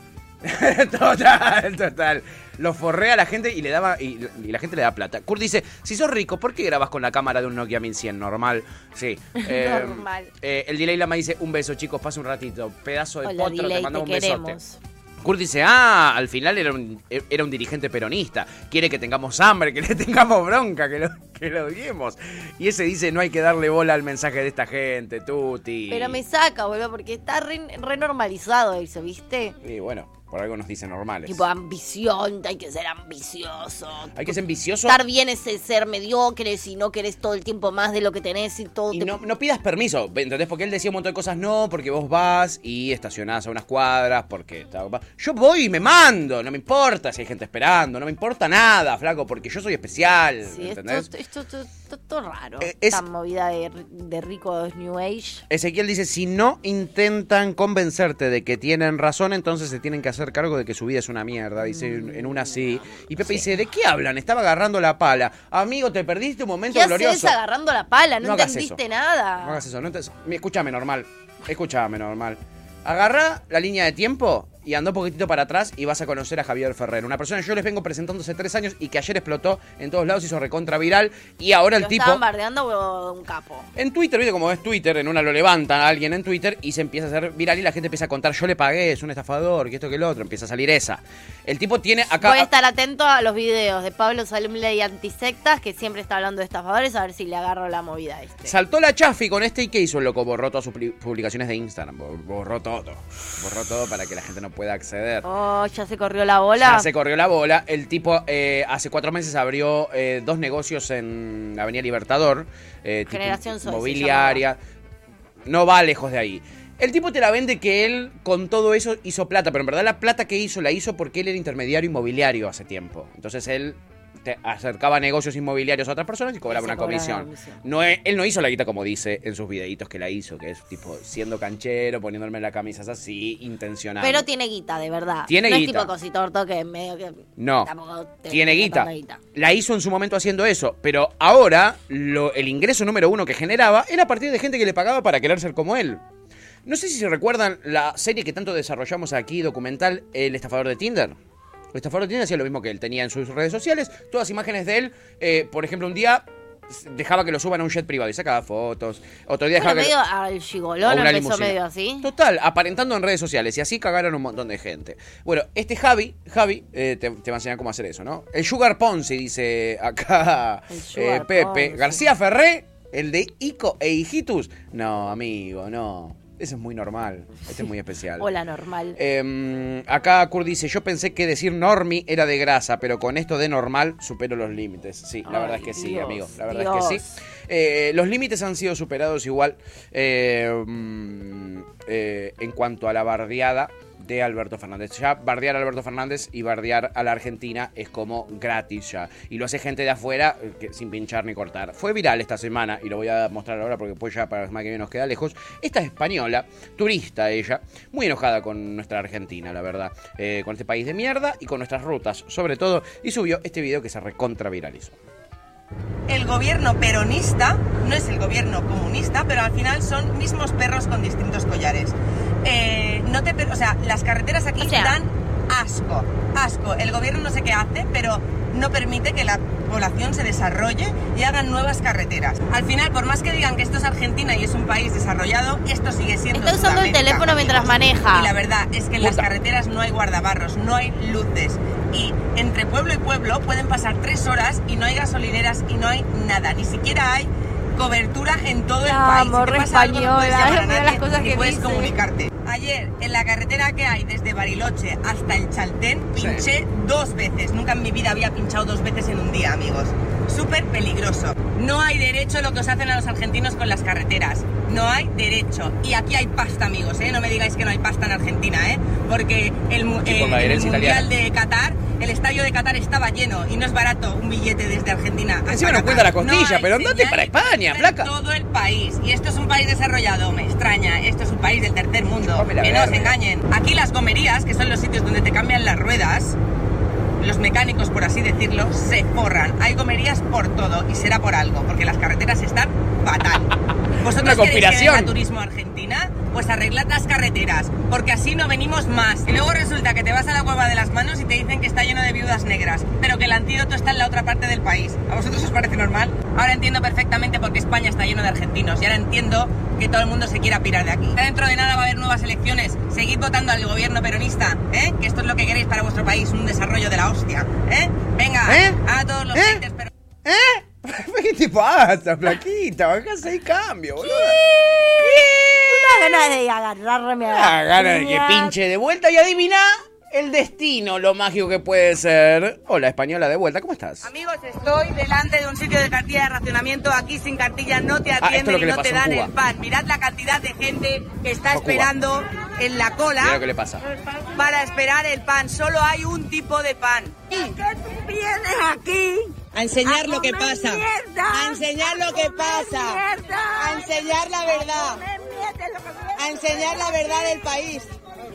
Total, total. Lo forrea a la gente y le daba y, y la gente le da plata. Kurt dice, si sos rico, ¿por qué grabas con la cámara de un Nokia mil cien? Normal. Sí. Eh, Normal. eh, el Delay Lama dice, un beso, chicos, pasa un ratito. Pedazo de Hola, potro, Delay, te manda te un besote. queremos. Kurt dice, ah, al final era un, era un dirigente peronista. Quiere que tengamos hambre, que le tengamos bronca, que lo, que lo odiemos. Y ese dice, no hay que darle bola al mensaje de esta gente, Tuti. Pero me saca, boludo, porque está re, re normalizado eso, ¿viste? Y bueno, por algo nos dicen normales. Tipo ambición, hay que ser ambicioso. Hay que ser ambicioso. Estar bien es ser mediocre si no querés todo el tiempo más de lo que tenés y todo. Y te- no, no pidas permiso, ¿entendés? Porque él decía un montón de cosas, no, porque vos vas y estacionás a unas cuadras, porque está ocupado. Yo voy y me mando, no me importa si hay gente esperando, no me importa nada, flaco, porque yo soy especial, Sí, esto, ¿entendés? esto, esto, esto- esto- esto raro. Eh, es- Esta movida de, de ricos New Age. Ezequiel dice, si no intentan convencerte de que tienen razón, entonces se tienen que hacer cargo de que su vida es una mierda, dice en en una sí. Y Pepe dice, ¿de qué hablan? Estaba agarrando la pala. Amigo, te perdiste un momento ¿Qué glorioso. haces agarrando la pala? No, No hagas entendiste eso. nada. No hagas eso, no te... Mi- Escúchame, normal. Escúchame, normal. Agarrá la línea de tiempo y anda un poquitito para atrás y vas a conocer a Javier Ferrer. Una persona que yo les vengo presentando hace tres años y que ayer explotó en todos lados, hizo recontra viral. Y ahora el Lo tipo... estaban bardeando o un capo. En Twitter, ¿viste cómo es Twitter? En una lo levantan a alguien en Twitter y se empieza a hacer viral y la gente empieza a contar, yo le pagué, es un estafador, que esto, que el otro. Empieza a salir esa. El tipo tiene acá... Voy a estar atento a los videos de Pablo Salumle y Antisectas, que siempre está hablando de estafadores, a ver si le agarro la movida a este. Saltó la Chafi con este y ¿qué hizo el loco? Borró todas sus pli- publicaciones de Instagram. Bor- Borró todo. Borró todo para que la gente no pueda acceder. Oh, ya se corrió la bola. Ya se corrió la bola. El tipo eh, hace cuatro meses abrió eh, dos negocios en Avenida Libertador. Eh, tipo Generación Soy, se Mobiliaria. No va lejos de ahí. El tipo te la vende que él con todo eso hizo plata, pero en verdad la plata que hizo la hizo porque él era intermediario inmobiliario hace tiempo. Entonces él te acercaba negocios inmobiliarios a otras personas y cobraba Y se una cobraba comisión. la comisión. No, es- él no hizo la guita como dice en sus videitos que la hizo, que es tipo siendo canchero, poniéndome la camisa así, intencional. Pero tiene guita, de verdad. Tiene no guita. es tipo cosito orto que medio que... No, tampoco te- tiene te guita. tanta guita. La hizo en su momento haciendo eso, pero ahora lo- el ingreso número uno que generaba era a partir de gente que le pagaba para querer ser como él. No sé si se recuerdan la serie que tanto desarrollamos aquí, documental, El estafador de Tinder. El estafador de Tinder hacía lo mismo que él, tenía en sus redes sociales todas imágenes de él. Eh, por ejemplo, un día dejaba que lo suban a un jet privado y sacaba fotos. Otro día Bueno, dejaba que... medio al a gigolón una empezó limusina. medio así. Total, aparentando en redes sociales y así cagaron un montón de gente. Bueno, este Javi, Javi, eh, te, te va a enseñar cómo hacer eso, ¿no? El Sugar Ponzi, dice acá El eh, Sugar Pepe. Ponzi. García Ferré, el de Ico e Hijitus. No, amigo, no. Eso es muy normal. Este es muy especial. Hola, normal. Eh, acá Kurt dice, yo pensé que decir normie era de grasa, pero con esto de normal supero los límites. Sí, la Ay, verdad es que sí, Dios, amigo. La verdad Dios. es que sí. Eh, los límites han sido superados igual eh, mm, eh, en cuanto a la bardeada de Alberto Fernández. Ya bardear a Alberto Fernández y bardear a la Argentina es como gratis ya. Y lo hace gente de afuera eh, que, sin pinchar ni cortar. Fue viral esta semana, y lo voy a mostrar ahora porque pues ya para la semana que viene nos queda lejos. Esta es española, turista ella, muy enojada con nuestra Argentina, la verdad. Eh, con este país de mierda y con nuestras rutas, sobre todo. Y subió este video que se recontra viralizó. El gobierno peronista no es el gobierno comunista, pero al final son mismos perros con distintos collares. Eh, no te, per- o sea, las carreteras aquí O sea- dan asco, asco. El gobierno no sé qué hace, pero no permite que la población se desarrolle y hagan nuevas carreteras. Al final, por más que digan que esto es Argentina y es un país desarrollado, esto sigue siendo Está usando el Sudamérica, teléfono mientras amigos. maneja. Y la verdad es que en las Puta. carreteras no hay guardabarros, no hay luces. Y entre pueblo y pueblo pueden pasar tres horas y no hay gasolineras y no hay nada. Ni siquiera hay cobertura en todo el La país. Si amor te pasa algo, no puedes española, llamar a es una de nadie las cosas ni que puedes dice. comunicarte. Ayer, en la carretera que hay desde Bariloche hasta el Chaltén, pinché sí. dos veces. Nunca en mi vida había pinchado dos veces en un día, amigos. Súper peligroso. No hay derecho a lo que os hacen a los argentinos con las carreteras. No hay derecho. Y aquí hay pasta, amigos, ¿eh? No me digáis que no hay pasta en Argentina, ¿eh? Porque el, eh, el, el Mundial de Qatar, el estadio de Qatar estaba lleno y no es barato un billete desde Argentina. Encima nos cuenta la costilla, no pero andate para España, flaca. Todo el país. Y esto es un país desarrollado, me extraña. Esto es un país del tercer mundo. Que no os engañen. Aquí las gomerías, que son los sitios donde te cambian las ruedas, los mecánicos, por así decirlo, se forran. Hay gomerías por todo y será por algo, porque las carreteras están fatal. ¿Vosotros queréis que venga turismo a Argentina? Pues arreglad las carreteras, porque así no venimos más. Y luego resulta que te vas a la cueva de las manos y te dicen que está lleno de viudas negras, pero que el antídoto está en la otra parte del país. ¿A vosotros os parece normal? Ahora entiendo perfectamente por qué España está lleno de argentinos y ahora entiendo que todo el mundo se quiera pirar de aquí. Dentro de nada va a haber nuevas elecciones. Seguid votando al gobierno peronista, ¿eh? Que esto es lo que queréis para vuestro país, un desarrollo de la hostia, ¿eh? Venga, ¿Eh? a todos los ¿Eh? haters, pero... ¿Eh? ¿Qué te pasa, flaquita? Bajás ahí cambio, boludo. Una gana de agarrarme a Una gana de que pinche de vuelta y adivina el destino, lo mágico que puede ser. Hola, española de vuelta, ¿cómo estás? Amigos, estoy delante de un sitio de cartilla de racionamiento. Aquí sin cartilla no te atienden ah, y no te dan el pan. Mirad la cantidad de gente que está esperando en la cola. Mira lo que le pasa. Para esperar el pan. Solo hay un tipo de pan. ¿Y qué tú vienes aquí? A enseñar a lo que pasa. Mierda. A enseñar lo que pasa. Mierda. A enseñar la verdad. A enseñar la verdad del país.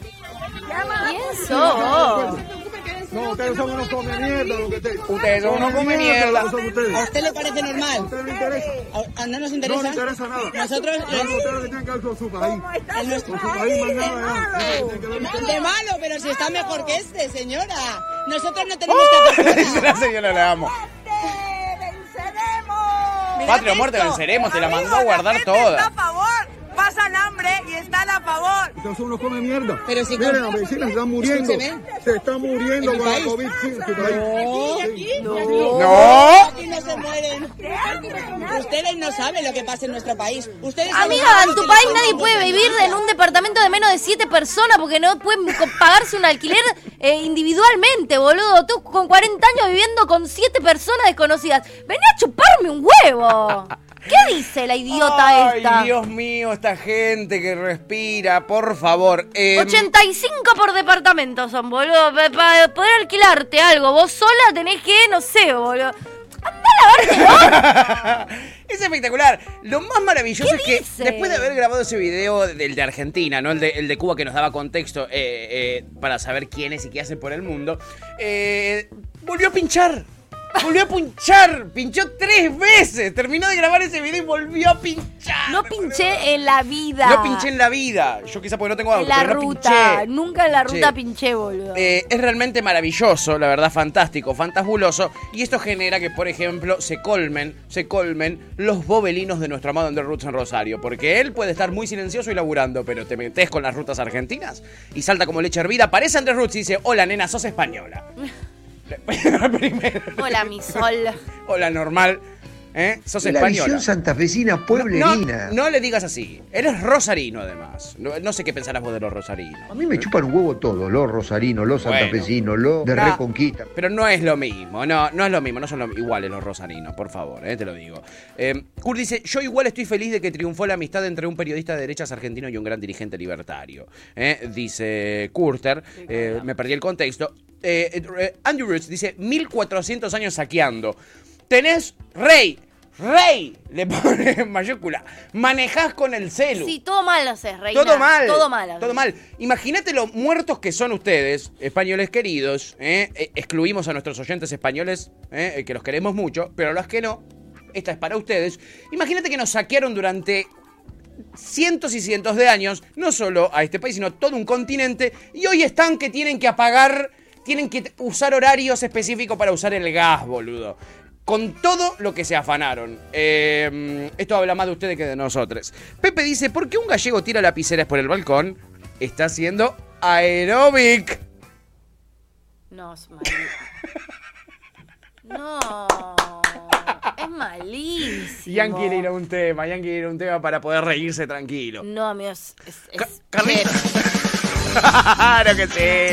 ¿Quién sos? No, ustedes son unos come mierda, lo que te... Ustedes son unos come mierda. ¿A usted le parece normal? ¿A usted le interesa? ¿A, a no nos interesa? No nos interesa nada. Nosotros... Los ustedes tienen que ver con su país. En nuestro con su país más nada. De malo, pero si está mejor que este, señora. Nosotros no tenemos esta persona. La señora la amo. Patria o muerte venceremos, te la mandó a guardar toda. Está a favor. Pasan hambre y están a favor. Ustedes son unos come mierda. Pero si miren, las vecinas se están muriendo. Escúcheme. Se están muriendo con la COVID. Sí, en su país. No, aquí, no. no. Aquí no se mueren. Ustedes no saben lo que pasa en nuestro país. Ustedes Amiga, en tu país nadie puede vivir en un departamento de menos de siete personas porque no pueden pagarse un alquiler eh, individualmente, boludo. Tú con cuarenta años viviendo con siete personas desconocidas. Vení a chuparme un huevo. ¿Qué dice la idiota Ay, esta? Ay, Dios mío, esta gente que respira, por favor. Eh, ochenta y cinco por departamento son, boludo. Para pa poder alquilarte algo, vos sola tenés que, no sé, boludo. ¡Anda a lavarte, ¿no? Es espectacular. Lo más maravilloso es que dice? después de haber grabado ese video del de Argentina, ¿no? El de, el de Cuba que nos daba contexto eh, eh, para saber quién es y qué hace por el mundo, eh, volvió a pinchar. Volvió a pinchar, pinchó tres veces. Terminó de grabar ese video y volvió a pinchar. No pinché boludo. En la vida. No pinché en la vida. Yo quizá porque no tengo auto, en la pero ruta. No pinché. Nunca en la ruta sí. pinché, boludo. Eh, es realmente maravilloso, la verdad, fantástico, fantabuloso. Y esto genera que, por ejemplo, se colmen, se colmen los bobelinos de nuestro amado Under Roots en Rosario. Porque él puede estar muy silencioso y laburando, pero te metes con las rutas argentinas y salta como leche hervida. Aparece Under Roots y dice: hola, nena, sos española. Primero. Hola, mi sol. Hola, normal. ¿Eh? Sos la española. visión santafesina pueblerina. No, no, no le digas así. Eres rosarino, además. No, no sé qué pensarás vos de los rosarinos. A mí me chupan un huevo todo. Los rosarinos, los Bueno. santafesinos, los de No, Reconquista. Pero no es lo mismo. No, no es lo mismo. No son lo- iguales los rosarinos, por favor, eh, te lo digo. Eh, Kurt dice: yo igual estoy feliz de que triunfó la amistad entre un periodista de derechas argentino y un gran dirigente libertario. Eh, dice Kurter. Eh, me perdí el contexto. Eh, eh, Andrew Roots dice: mil cuatrocientos años saqueando. Tenés rey. Rey, le pone en mayúscula. Manejás con el celu. Sí, todo mal lo haces, reina. Todo mal. Todo mal. Todo mal. Imagínate lo muertos que son ustedes, españoles queridos. ¿eh? Eh, excluimos a nuestros oyentes españoles, ¿eh? que los queremos mucho, pero los que no, esta es para ustedes. Imagínate que nos saquearon durante cientos y cientos de años, no solo a este país, sino todo un continente, y hoy están que tienen que apagar, tienen que usar horarios específicos para usar el gas, boludo. Con todo lo que se afanaron. Eh, esto habla más de ustedes que de nosotros. Pepe dice: ¿por qué un gallego tira lapiceras por el balcón? Está haciendo aeróbic. No, es marido. No. Es Es malísimo. Yankee le irá un tema, Yankee le irá un tema para poder reírse tranquilo. No, amigos, es... es Carlitos. Claro que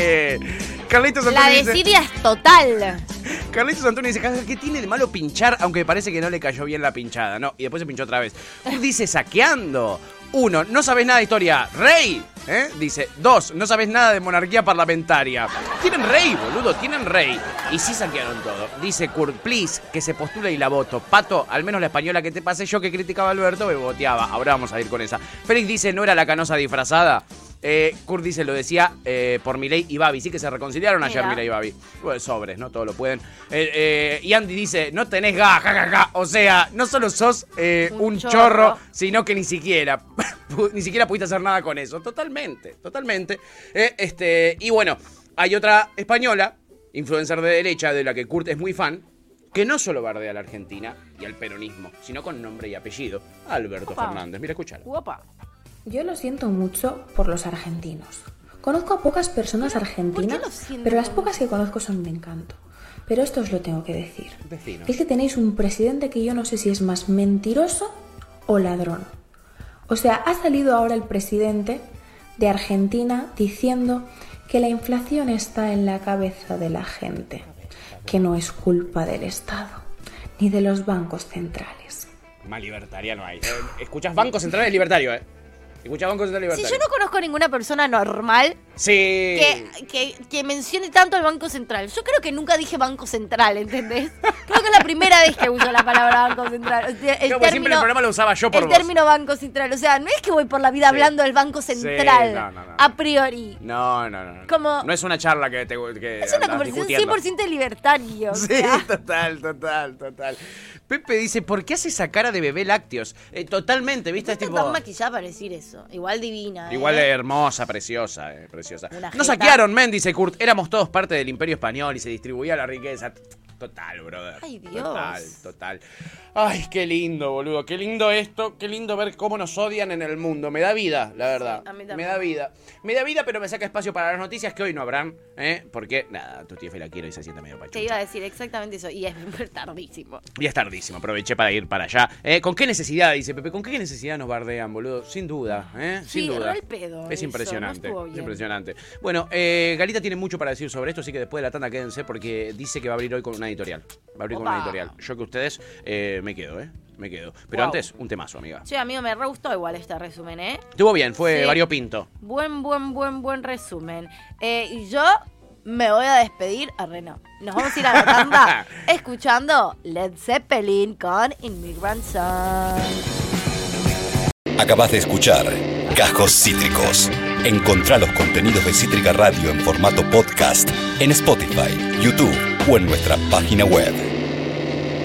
sí. Carlitos La Antonio dice... desidia es total. Carlitos Antonio dice, "Jaja, ¿qué tiene de malo pinchar? Aunque parece que no le cayó bien la pinchada, ¿no?" Y después se pinchó otra vez. Dice, saqueando. Uno, no sabes nada de historia. Rey. ¿Eh? Dice, dos, no sabes nada de monarquía parlamentaria. Tienen rey, boludo, tienen rey. Y sí saquearon todo. Dice Kurt, please, que se postule y la voto. Pato, al menos la española que te pasé yo que criticaba a Alberto me voteaba. Ahora vamos a ir con esa. Félix dice, ¿no era la canosa disfrazada? Eh, Kurt dice, lo decía eh, por Milei y Babi. Sí que se reconciliaron ayer Mira. Milei y Babi. Bueno, sobres, ¿no? Todo lo pueden. Eh, eh, y Andy dice, no tenés gas, jajaja. O sea, no solo sos eh, un, Un chorro. chorro, sino que ni siquiera, ni siquiera pudiste hacer nada con eso. Totalmente, totalmente. Eh, este, y bueno, hay otra española, influencer de derecha, de la que Kurt es muy fan, que no solo bardea a la Argentina y al peronismo, sino con nombre y apellido, Alberto Opa. Fernández. Mira, escúchalo. Guapa. Yo lo siento mucho por los argentinos. Conozco a pocas personas argentinas, pero las pocas que conozco son de encanto. Pero esto os lo tengo que decir. Vecino. Es que tenéis un presidente que yo no sé si es más mentiroso o ladrón. O sea, ha salido ahora el presidente de Argentina diciendo que la inflación está en la cabeza de la gente, que no es culpa del Estado, ni de los bancos centrales. Más libertaria no hay. Eh, escuchás Banco Central es libertario, ¿eh? Escuchás Banco Central Si libertario. yo no conozco ninguna persona normal Sí. que, que, que mencione tanto el Banco Central. Yo creo que nunca dije Banco Central, ¿entendés? Creo que es la primera vez que uso la palabra Banco Central. O sea, el No, pues siempre el programa lo usaba yo por El vos. término Banco Central. O sea, no es que voy por la vida Sí. hablando del Banco Central Sí, no, no, no. a priori. No, no, no. no. Como- No es una charla que te que Es una andás conversación discutiendo. cien por ciento libertario. o Sí, sea. total, total, total. Pepe dice, ¿por qué hace esa cara de bebé lácteos? Eh, totalmente, ¿viste? Es Está tipo... tan maquillada para decir eso. Igual divina. Igual ¿eh? hermosa, preciosa, eh, preciosa. Una Nos jeta. saquearon, men, dice Kurt. Éramos todos parte del Imperio Español y se distribuía la riqueza. Total, brother. Ay, Dios. Total, total. Ay, qué lindo, boludo. Qué lindo esto. Qué lindo ver cómo nos odian en el mundo. Me da vida, la verdad. Sí, a mí me también. da vida. Me da vida, pero me saca espacio para las noticias que hoy no habrán, ¿eh? Porque, nada, tu tía Fe la quiero y se siente medio pachucha. Te iba a decir exactamente eso. Y es tardísimo. Y es tardísimo, aproveché para ir para allá. ¿Eh? ¿Con qué necesidad, dice Pepe? ¿Con qué necesidad nos bardean, boludo? Sin duda, ¿eh? Sin Sí, duda. re el pedo Es eso, impresionante. no estuvo es bien. impresionante. Bueno, eh, Galita tiene mucho para decir sobre esto, así que después de la tanda quédense porque dice que va a abrir hoy con una editorial. Va a abrir con Opa. una editorial. Yo que ustedes eh, me quedo, ¿eh? Me quedo. Pero Wow. antes, un temazo, amiga. Che, amigo, me re gustó igual este resumen, ¿eh? Estuvo bien, fue Sí. variopinto. Buen, buen, buen, buen resumen. Eh, y yo me voy a despedir. Arre, no. Nos vamos a ir a la tanda escuchando Led Zeppelin con Immigrant Song. Acabas de escuchar Cajos Cítricos. Encontrá los contenidos de Cítrica Radio en formato podcast en Spotify, YouTube o en nuestra página web.